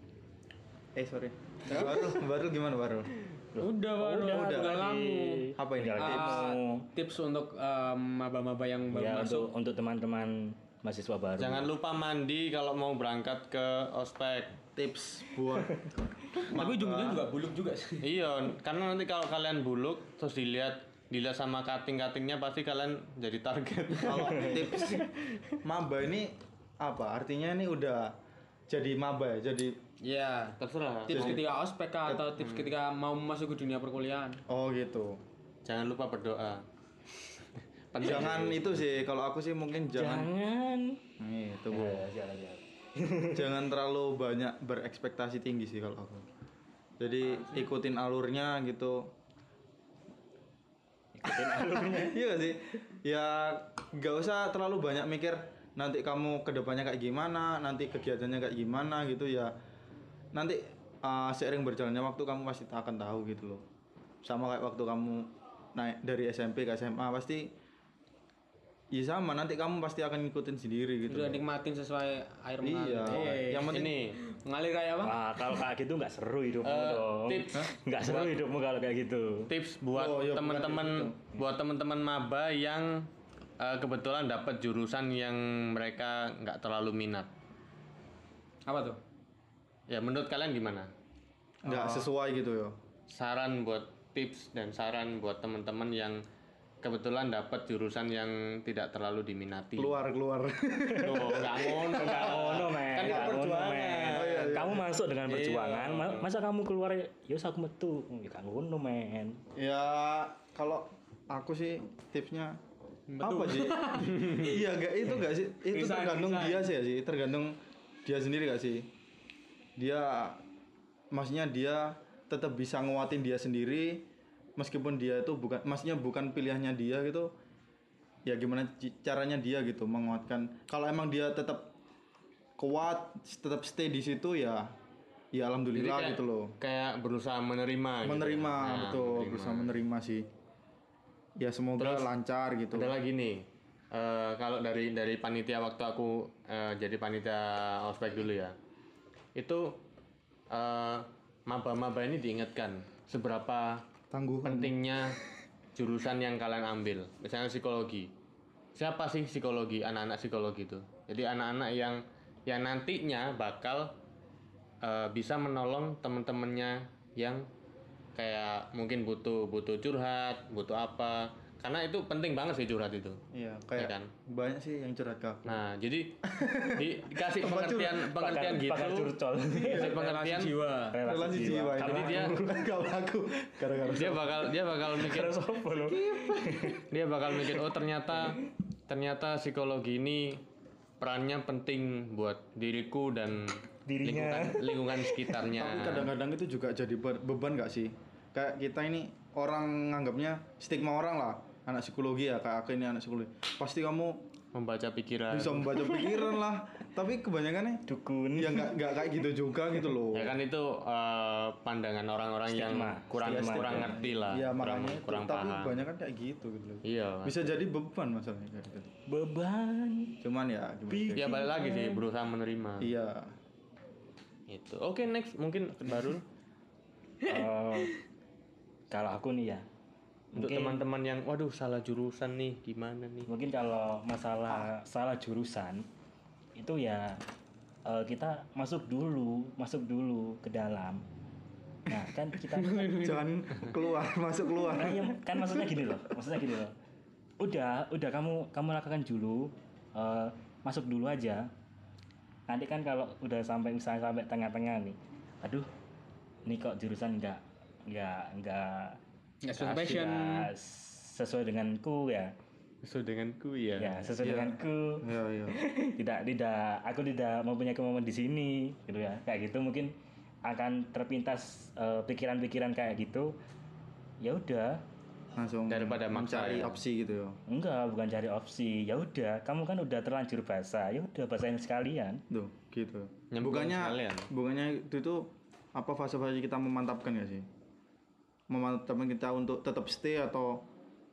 Eh sorry. Baru baru gimana baru? Udah baru udah, tinggal udah. kamu. Apa ini? Tinggal Ah, tipsmu. tips untuk um, maba-maba yang baru Ya, masuk. untuk untuk teman-teman mahasiswa baru. Jangan lupa mandi kalau mau berangkat ke ospek. Tips buat Tapi ujung-ujungnya juga buluk juga sih. Iya, karena nanti kalau kalian buluk terus dilihat dilihat sama cutting-cuttingnya pasti kalian jadi target. kalau tips maba ini apa? Artinya ini udah jadi maba ya, jadi Iya. Terserah. Tips ketika ospek kah, atau tips ketika mau masuk ke dunia perkuliahan. oh gitu. Jangan lupa berdoa. Jangan itu sih, kalau aku sih mungkin jangan. Jangan. Nih, itu Bu. Ya, jangan, jangan. Jangan terlalu banyak berekspektasi tinggi sih kalau aku. Jadi ikutin alurnya gitu. Ikutin alurnya. Iya gak sih? Ya nggak usah terlalu banyak mikir nanti kamu kedepannya kayak gimana, nanti kegiatannya kayak gimana gitu ya. Nanti uh, seiring berjalannya waktu kamu pasti akan tahu gitu loh. Sama kayak waktu kamu naik dari S M P ke S M A pasti ya sama, nanti kamu pasti akan ngikutin sendiri gitu. Udah loh. nikmatin sesuai air mengalir. Iya. Eh, Yang penting Ini mengalir kayak apa? Wah, kalau kayak gitu nggak seru hidupmu Eh, dong. tips. Nggak seru hidupmu kalau kayak gitu. tips buat Oh, iya, teman-teman bukan buat teman-teman maba yang eh, kebetulan dapat jurusan yang mereka nggak terlalu minat. Apa tuh? Ya menurut kalian gimana? nggak Oh. sesuai gitu ya. Saran buat tips dan saran buat teman-teman yang kebetulan dapat jurusan yang tidak terlalu diminati. Keluar keluar. Tuh, nggak ngono, nggak ngono men, Kan itu nggak ngono, perjuangan. men. Oh, iya, iya. Kamu masuk dengan perjuangan, ma- masa kamu keluar ya usah aku metu, ya gak ngono men. Ya kalau aku sih tipsnya apa sih? Iya enggak itu enggak sih? Itu Resign, tergantung resign. dia sih ya sih, tergantung dia sendiri gak sih? Dia maksudnya dia tetap bisa nguatin dia sendiri meskipun dia itu bukan maksudnya bukan pilihannya dia gitu. Ya gimana ci- caranya dia gitu menguatkan. Kalau emang dia tetap kuat, tetap stay di situ ya ya Jadi alhamdulillah kayak- gitu loh. Kayak berusaha menerima. gitu. Menerima Nah, betul, menerima. berusaha menerima sih. Ya semoga Terus, lancar gitu. Ada lagi nih, eh, kalau dari dari panitia waktu aku eh, jadi panitia ospek dulu ya, itu eh, maba-maba ini diingatkan seberapa Tangguh. pentingnya jurusan yang kalian ambil. Misalnya psikologi. Siapa sih psikologi? Anak-anak psikologi itu. Jadi anak-anak yang yang nantinya bakal eh, bisa menolong teman-temannya yang kayak mungkin butuh butuh curhat, butuh apa. Karena itu penting banget sih curhat itu. Iya, Ya kayak kan? banyak sih yang curhat ke aku. Nah, jadi di, dikasih Tempat pengertian pengertian Pakar- gitu. pakar curcol. Dikasih pengertian. jiwa. Relasi jiwa itu. Jadi dia kalau aku gara-gara dia bakal dia bakal mikir Sopo lo? dia bakal mikir oh ternyata ternyata psikologi ini perannya penting buat diriku dan Dirinya. lingkungan, lingkungan sekitarnya. tapi kadang-kadang itu juga jadi be- beban gak sih? Kayak kita ini orang nganggapnya stigma orang lah, anak psikologi ya, kayak aku ini anak psikologi. Pasti kamu Membaca pikiran. bisa membaca pikiran lah. Tapi kebanyakannya Dukun. ya nggak nggak kayak gitu juga gitu loh. Ya kan itu eh, pandangan orang-orang yang Stigma. kurang Stigma. kurang ngerti lah, Iya kurang makanya itu. kurang Tapi paham. kebanyakan kayak gitu gitu loh. Iya. Bisa jadi beban masalahnya kayak gitu. Beban. Cuman ya gimana? Ya balik lagi sih berusaha menerima. Iya. Itu. Oke, next mungkin baru Eh, kalau aku nih ya, untuk mungkin teman-teman yang waduh salah jurusan nih, gimana nih? mungkin kalau masalah salah jurusan itu ya eh, kita masuk dulu, masuk dulu ke dalam. Nah kan kita Jangan keluar, masuk keluar. Nah, iya, kan maksudnya gini loh, maksudnya gini loh. Udah, udah kamu kamu lakukan dulu, eh, masuk dulu aja. Nanti kan kalau udah sampai misalnya sampai tengah-tengah nih, aduh, ini kok jurusan nggak nggak nggak Nggak sesuai asik, passion. nggak sesuai denganku ya, Sesuai denganku ya. ya sesuai denganku. Iya iya. tidak tidak aku tidak mempunyai kemampuan di sini gitu ya, kayak gitu mungkin akan terpintas eh, pikiran-pikiran kayak gitu. Ya udah, Langsung Daripada maksa mencari ya. opsi gitu ya. enggak, bukan cari opsi. Ya udah, kamu kan udah terlanjur bahasa, ya udah bahasain sekalian. Tuh, gitu. Nyambung bukannya sekalian. bukannya itu tuh apa fase-fase kita memantapkan ya sih? Memantapkan kita untuk tetap stay atau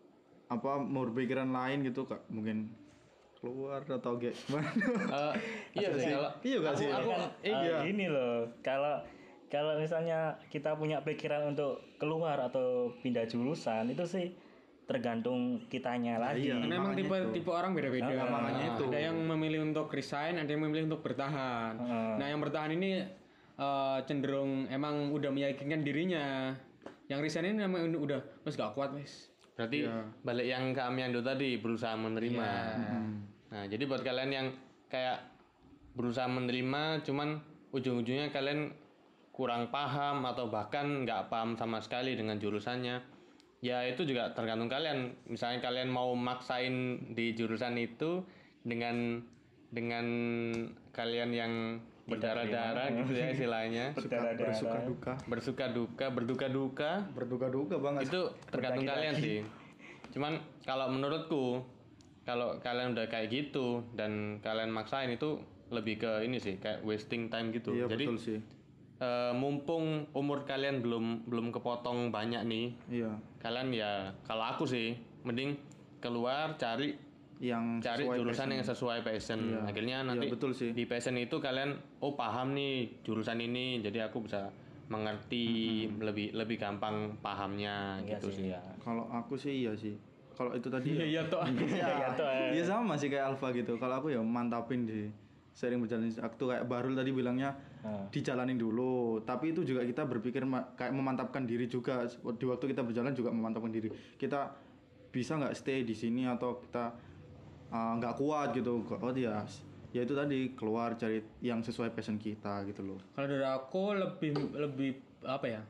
apa mau berpikiran lain gitu Kak? Mungkin keluar atau kayak gimana? Eh, iya sih kalau Iya gak sih? aku Eh, iya. gini loh, kalau kalau misalnya kita punya pikiran untuk keluar atau pindah jurusan itu sih tergantung kitanya lagi. iya. Karena emang Makanya tipe itu. tipe orang beda-beda. Nah, makanya itu. Ada yang memilih untuk resign, ada yang memilih untuk bertahan. Heeh. Nah, yang bertahan ini eh, cenderung emang udah meyakinkan dirinya. Yang resign ini emang udah wes gak kuat wes. berarti balik yang ke Amiando tadi berusaha menerima. Nah, jadi buat kalian yang kayak berusaha menerima cuman ujung-ujungnya kalian kurang paham atau bahkan nggak paham sama sekali dengan jurusannya, ya itu juga tergantung kalian. Misalnya kalian mau maksain di jurusan itu dengan dengan kalian yang berdarah-darah gitu ya istilahnya, Berdarah-darah. Bersuka duka, bersuka duka, berduka duka, berduka duka banget. itu tergantung kalian sih. Cuman kalau menurutku kalau kalian udah kayak gitu dan kalian maksain itu lebih ke ini sih kayak wasting time gitu. Iya Jadi betul sih. eh, mumpung umur kalian belum belum kepotong banyak nih, Iya. kalian ya kalau aku sih mending keluar cari Yang cari sesuai jurusan passion. yang sesuai passion. Iya. Akhirnya Iya, nanti betul sih. di passion itu kalian oh paham nih jurusan ini, jadi aku bisa mengerti lebih lebih gampang pahamnya Iya gitu sih, sih. iya. Kalau aku sih iya sih. Kalau itu tadi Iya iya toh. Iya, toh, eh. iya sama sih kayak Alfa gitu. Kalau aku ya mantapin sih. Sering berjalan aku tuh kayak Barul tadi bilangnya Ah. dijalanin dulu. Tapi itu juga kita berpikir ma- kayak memantapkan diri juga. Di waktu kita berjalan juga memantapkan diri. Kita bisa nggak stay di sini atau kita uh, nggak kuat gitu. Oh ya, ya itu tadi keluar cari yang sesuai passion kita gitu loh. Kalau dari aku lebih lebih apa ya?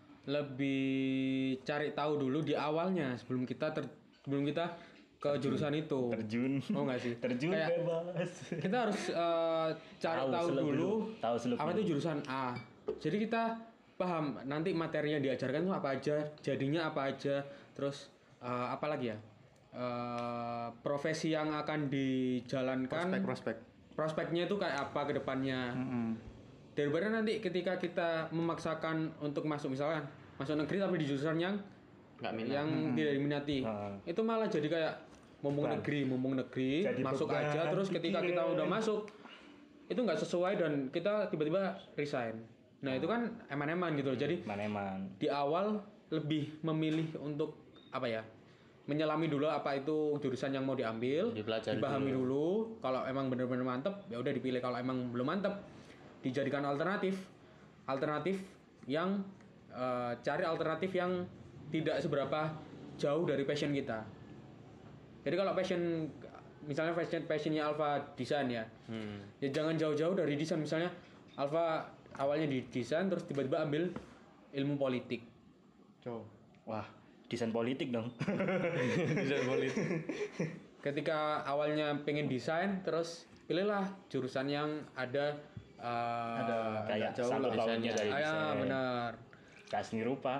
Lebih cari tahu dulu di awalnya sebelum kita ter, sebelum kita ke jurusan itu. Terjun. Oh enggak sih? Terjun Kayak bebas. kita harus eh, cari Tahu tahu, seluk dulu beluk, tahu seluk apa beluk. itu jurusan A. Jadi kita paham nanti materi yang diajarkan itu apa aja, jadinya apa aja, terus eh, apa lagi ya? Eh, profesi yang akan dijalankan, Prospek-prospek. prospeknya itu kayak apa ke depannya. Mm-mm. Daripada nanti ketika kita memaksakan untuk masuk misalkan masuk negeri tapi di jurusan yang Nggak minat. yang tidak diminati, Ah. itu malah jadi kayak mumpung negeri, mumpung negeri Jadi masuk beban aja, terus ketika kita pikiran. udah masuk itu nggak sesuai dan kita tiba-tiba resign. Nah itu kan eman-eman gitu loh. Jadi Maneman. di awal lebih memilih untuk apa ya, menyelami dulu apa itu jurusan yang mau diambil, Dipelajari dipahami dulu. Kalau emang bener-bener mantep ya udah dipilih. Kalau emang belum mantep dijadikan alternatif, alternatif yang eh, cari alternatif yang tidak seberapa jauh dari passion kita. Jadi kalau passion misalnya passion passionnya Alfa desain ya, Hmm. ya jangan jauh-jauh dari desain. Misalnya Alfa awalnya di desain terus tiba-tiba ambil ilmu politik. Cow. Wah, desain politik dong. Desain politik. Ketika awalnya pengen desain terus pilihlah jurusan yang ada uh, Ada Kayak agak jauh sangkut lah. pautnya dari ah, ya, desain. benar. Kayak seni rupa.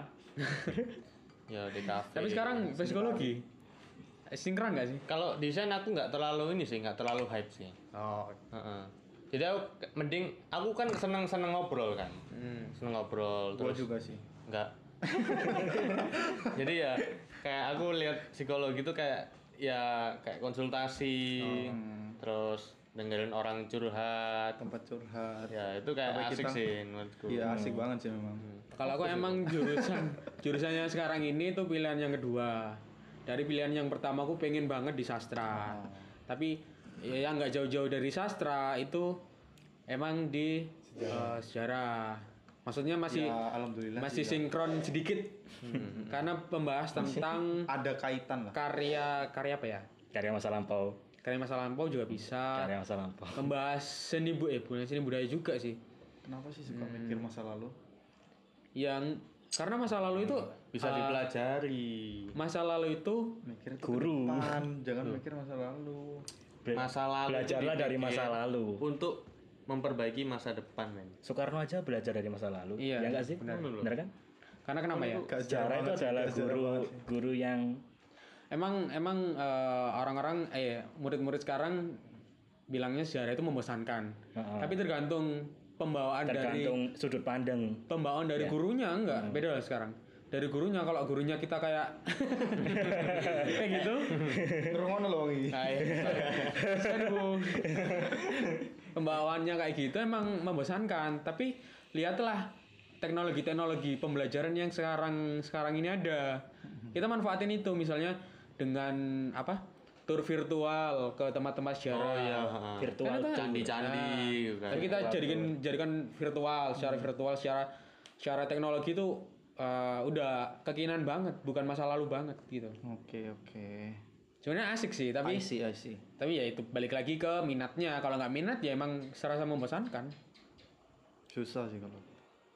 Ya di kafe. Tapi sekarang psikologi sinkron nggak sih? kalau desain aku nggak terlalu ini sih, nggak terlalu hype sih. Oh, Heeh. Jadi aku ke- mending aku kan seneng-seneng ngobrol kan. hmm. Seneng ngobrol Gua terus juga sih. enggak. Jadi ya kayak aku lihat psikologi itu kayak ya kayak konsultasi terus dengerin orang curhat. Tempat curhat. Ya itu kayak Sampai asik kita- sih menurutku. Iya asik banget sih memang. Kalau aku emang jurusan jurusannya sekarang ini tuh pilihan yang kedua. Dari pilihan yang pertama aku pengen banget di sastra. Tapi ya yang nggak jauh-jauh dari sastra itu emang di eh, sejarah. Maksudnya masih Ya, alhamdulillah masih sih, sinkron sedikit. Karena pembahas tentang Ada kaitan lah. karya karya apa ya? Karya masa lampau. Karya masa lampau juga bisa. Karya masa lampau. Membahas seni bu eh bukan seni budaya juga sih. Kenapa sih suka mikir masa lalu? Yang karena masa lalu itu Bisa eh, dipelajari. masa lalu itu Mikir ke Guru. depan, jangan mikir masa lalu. Be- Masa lalu Belajarlah itu dari dibikin masa lalu. untuk memperbaiki masa depan, men. Soekarno aja belajar dari masa lalu. Iya, ya enggak sih? benar. Benar kan? karena kenapa ya? Gak Sejarah itu adalah guru guru yang Emang emang eh, orang-orang eh murid-murid sekarang bilangnya sejarah itu membosankan. Heeh. Tapi tergantung pembawaan dari tergantung sudut pandang. pembawaan dari gurunya enggak beda lah sekarang. Dari gurunya kalau gurunya kita kayak kayak gitu. Ngerungono loh iki. Kan Bu. Pembawaannya kayak gitu emang membosankan, tapi lihatlah teknologi-teknologi pembelajaran yang sekarang sekarang ini ada. Kita manfaatin itu misalnya dengan apa? Tur virtual ke tempat-tempat sejarah. Oh iya, heeh. Virtual Kan itu- Candi-candi gitu kan. Tapi kita jadikan jadikan virtual, secara virtual, secara secara teknologi itu eh, udah kekinian banget, bukan masa lalu banget gitu. Oke oke. Sebenarnya asik sih, tapi I see I see. tapi ya itu balik lagi ke minatnya. Kalau nggak minat ya emang serasa membosankan. Susah sih kalau.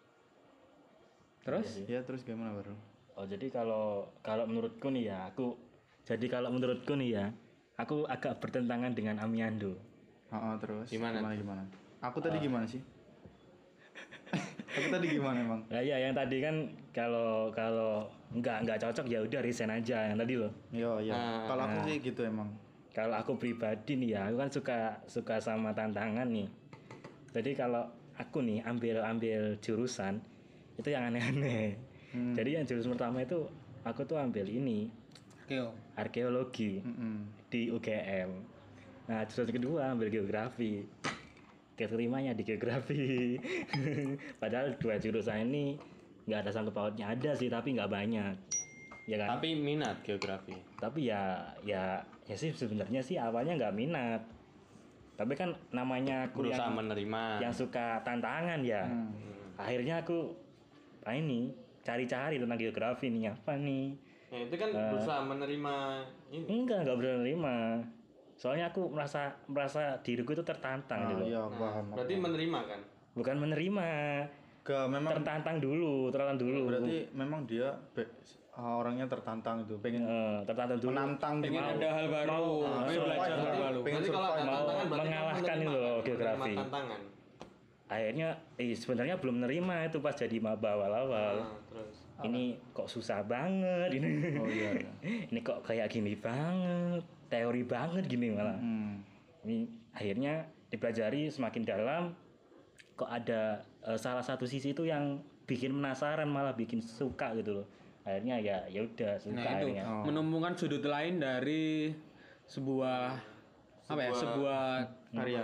Terus Ya terus gimana baru? Oh, jadi kalau kalau menurutku nih ya, aku jadi kalau menurutku nih ya, aku agak bertentangan dengan Amiando. Heeh, terus Gimana? gimana gimana? Aku tadi gimana sih? Aku tadi gimana emang? Nah, ya yang tadi kan kalau kalau nggak nggak cocok ya udah resign aja yang tadi loh. Yo ya. Ah, Kalau aku sih gitu emang. kalau aku pribadi nih ya, aku kan suka suka sama tantangan nih. Jadi kalau aku nih ambil ambil jurusan itu yang aneh-aneh. Hmm. Jadi yang jurusan pertama itu aku tuh ambil ini Arkeo. arkeologi hmm. di U G M. Nah jurusan kedua ambil geografi. Keterimanya di geografi. Padahal dua jurusan ini nggak ada sangkut pautnya, ada sih tapi nggak banyak. Ya kan? Tapi minat geografi. Tapi ya ya ya sih sebenarnya sih awalnya nggak minat. Tapi kan namanya aku berusaha yang, menerima. yang suka tantangan ya. Hmm. Akhirnya aku ah ini cari-cari tentang geografi nih apa nih. Ya, itu kan uh, berusaha menerima ini. Enggak, enggak berusaha menerima. Soalnya aku merasa merasa diriku itu tertantang gitu. Ah, iya, paham. Nah, berarti menerima kan? Bukan menerima. Ke memang tertantang dulu, tertantang dulu. Berarti memang dia be, orangnya tertantang itu, pengen uh, tertantang dulu. Menantang pengen mau, ada hal baru, mau, uh, pengen belajar hal baru. Pengen berarti kalau mau mengalahkan itu loh geografi. Tantangan. Akhirnya eh sebenarnya belum menerima itu pas jadi maba awal-awal. Nah, terus ini kok susah banget ini. Oh iya. iya. Ini kok kayak gini banget, teori banget gini malah. Hmm. Ini akhirnya dipelajari semakin dalam, kok ada uh, salah satu sisi itu yang bikin penasaran malah bikin suka gitu loh. Akhirnya ya ya udah suka nah, itu, akhirnya. Oh. Menemukan sudut lain dari sebuah, sebuah apa ya sebuah karya.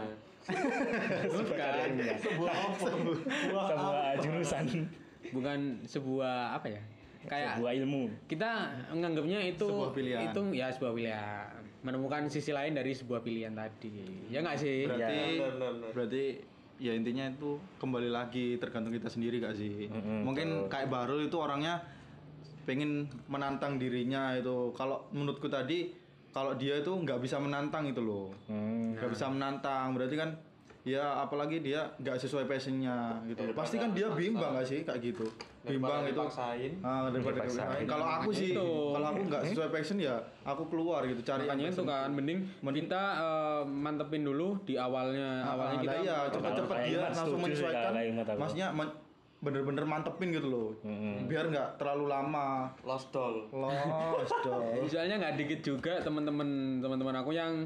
Bukan sebuah apa? Sebuah jurusan. Bukan sebuah apa ya? Kayak sebuah ilmu. Kita menganggapnya itu sebuah pilihan. Itu ya sebuah pilihan. Menemukan sisi lain dari sebuah pilihan tadi. Ya enggak sih? Berarti ya. berarti ya intinya itu kembali lagi tergantung kita sendiri gak sih? Mm-hmm. Mungkin kayak Bahrul itu orangnya pengen menantang dirinya itu. Kalau menurutku tadi kalau dia itu nggak bisa menantang itu loh, nggak hmm. bisa menantang berarti kan ya apalagi dia nggak sesuai passionnya gitu loh. Pasti kan dia bimbang nggak sih kayak gitu, bimbang itu. Ah, daripada dipaksain. Kalau aku sih, kalau aku nggak sesuai passion ya aku keluar gitu cari. Makanya itu kan mending kita uh, mantepin dulu di awalnya, ah, awalnya kita. Ya cepet-cepet dia langsung menyesuaikan. Maksudnya bener-bener mantepin gitu loh, hmm. biar nggak terlalu lama. Lost doll. Lost doll. Misalnya nggak dikit juga teman-teman teman-teman aku yang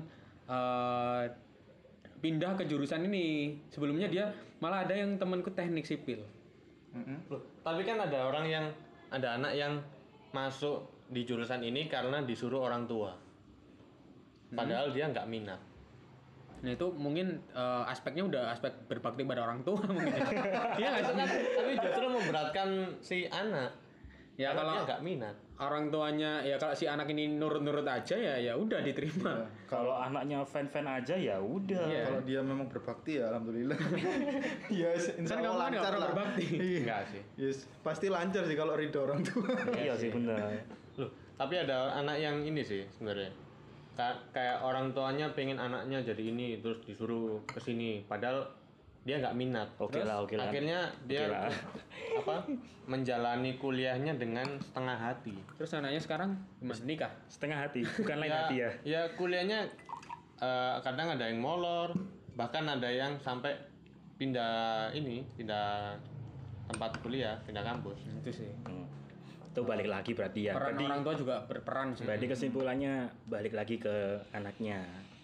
uh, pindah ke jurusan ini. Sebelumnya dia malah ada yang temanku teknik sipil. Mm-hmm. Loh, tapi kan ada orang yang ada anak yang masuk di jurusan ini karena disuruh orang tua. Padahal hmm. dia nggak minat. Nah itu mungkin uh, aspeknya udah aspek berbakti pada orang tua mungkin. Iya nggak sih? Tapi justru memberatkan si anak. Ya kalau dia nggak minat. Orang tuanya ya kalau si anak ini nurut-nurut aja ya ya udah diterima. Ya, kalau anaknya fan-fan aja ya udah. Ya. Kalau dia memang berbakti ya alhamdulillah. Yes, insya Allah lancar lah. Berbakti. Enggak sih. Yes, pasti lancar sih kalau ridho orang tua. Iya sih benar. Loh, tapi ada anak yang ini sih sebenarnya. Kayak orang tuanya pengen anaknya jadi ini terus disuruh ke sini padahal dia nggak minat. Oke lah, oke lah. Akhirnya dia okay apa menjalani kuliahnya dengan setengah hati. Terus anaknya sekarang masih nikah? Setengah hati, bukan lain ya, hati ya. Ya kuliahnya uh, kadang ada yang molor, bahkan ada yang sampai pindah ini, pindah tempat kuliah, pindah kampus. Itu sih. Hmm. Itu balik lagi berarti ya. Peran berarti, orang tua juga berperan sih. Berarti kesimpulannya balik lagi ke anaknya.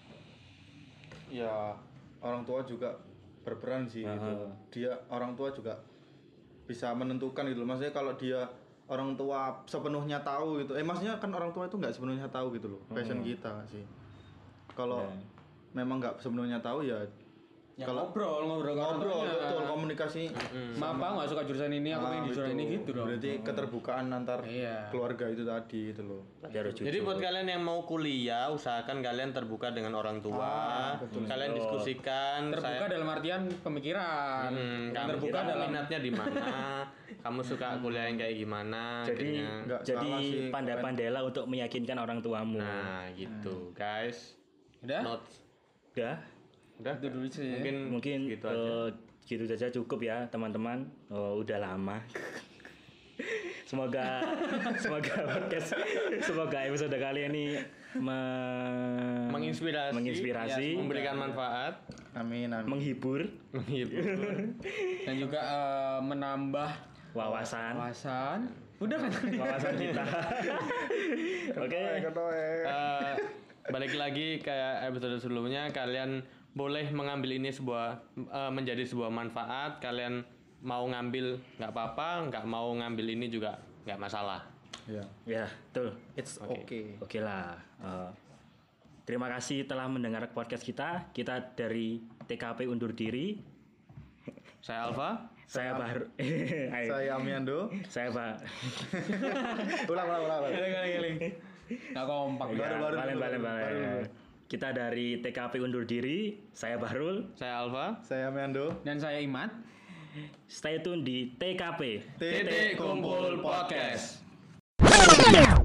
Ya orang tua juga berperan sih. Uh-huh. Gitu. Dia orang tua juga bisa menentukan gitu. Maksudnya kalau dia orang tua sepenuhnya tahu gitu. Eh maksudnya kan orang tua itu nggak sepenuhnya tahu gitu loh. Passion uh-huh. kita sih. Kalau yeah. memang nggak sepenuhnya tahu ya. Ya, kalau ngobrol ngobrol ngobrol betul komunikasi mm-hmm. maaf pak nggak suka jurusan ini aku nah, pengen di jurusan ini gitu dong berarti hmm. keterbukaan antar iya. keluarga itu tadi itu loh. Jadi buat kalian yang mau kuliah usahakan kalian terbuka dengan orang tua ah, betul. Kalian oh. diskusikan terbuka saya... dalam artian pemikiran hmm, kamu terbuka dalam minatnya di mana kamu suka kuliah yang kayak gimana jadi jadi pandai-pandailah untuk meyakinkan orang tuamu. Nah gitu hmm. guys udah Notes. udah Udah itu dulu sih. Mungkin mungkin gitu, uh, gitu saja cukup ya teman-teman. Oh, udah lama. semoga semoga podcast semoga episode kali ini me- menginspirasi, menginspirasi ya, memberikan manfaat. Amin, amin. Menghibur, menghibur dan juga uh, menambah wawasan. Wawasan. Udah kan wawasan kita. Oke. Okay. Uh, balik lagi kayak episode sebelumnya, kalian boleh mengambil ini sebuah uh, menjadi sebuah manfaat. Kalian mau ngambil nggak apa-apa, nggak mau ngambil ini juga nggak masalah. Ya. Ya, betul. It's Oke. okay. Oke lah. Eh, terima kasih telah mendengar podcast kita. Kita dari T K P undur diri. Saya Alfa. Saya Bahru. Ayo. Saya Amiando. Saya Pak. ulang, ulang, ulang. ulang. Nggak kompak. Baru, baru, balen, baru, balen, baru, balen. baru. Kita dari T K P undur diri. Saya Bahrul. Saya Alfa. Saya Amiando. Dan saya Imat. Stay tune di T K P. Titik Kumpul Podcast.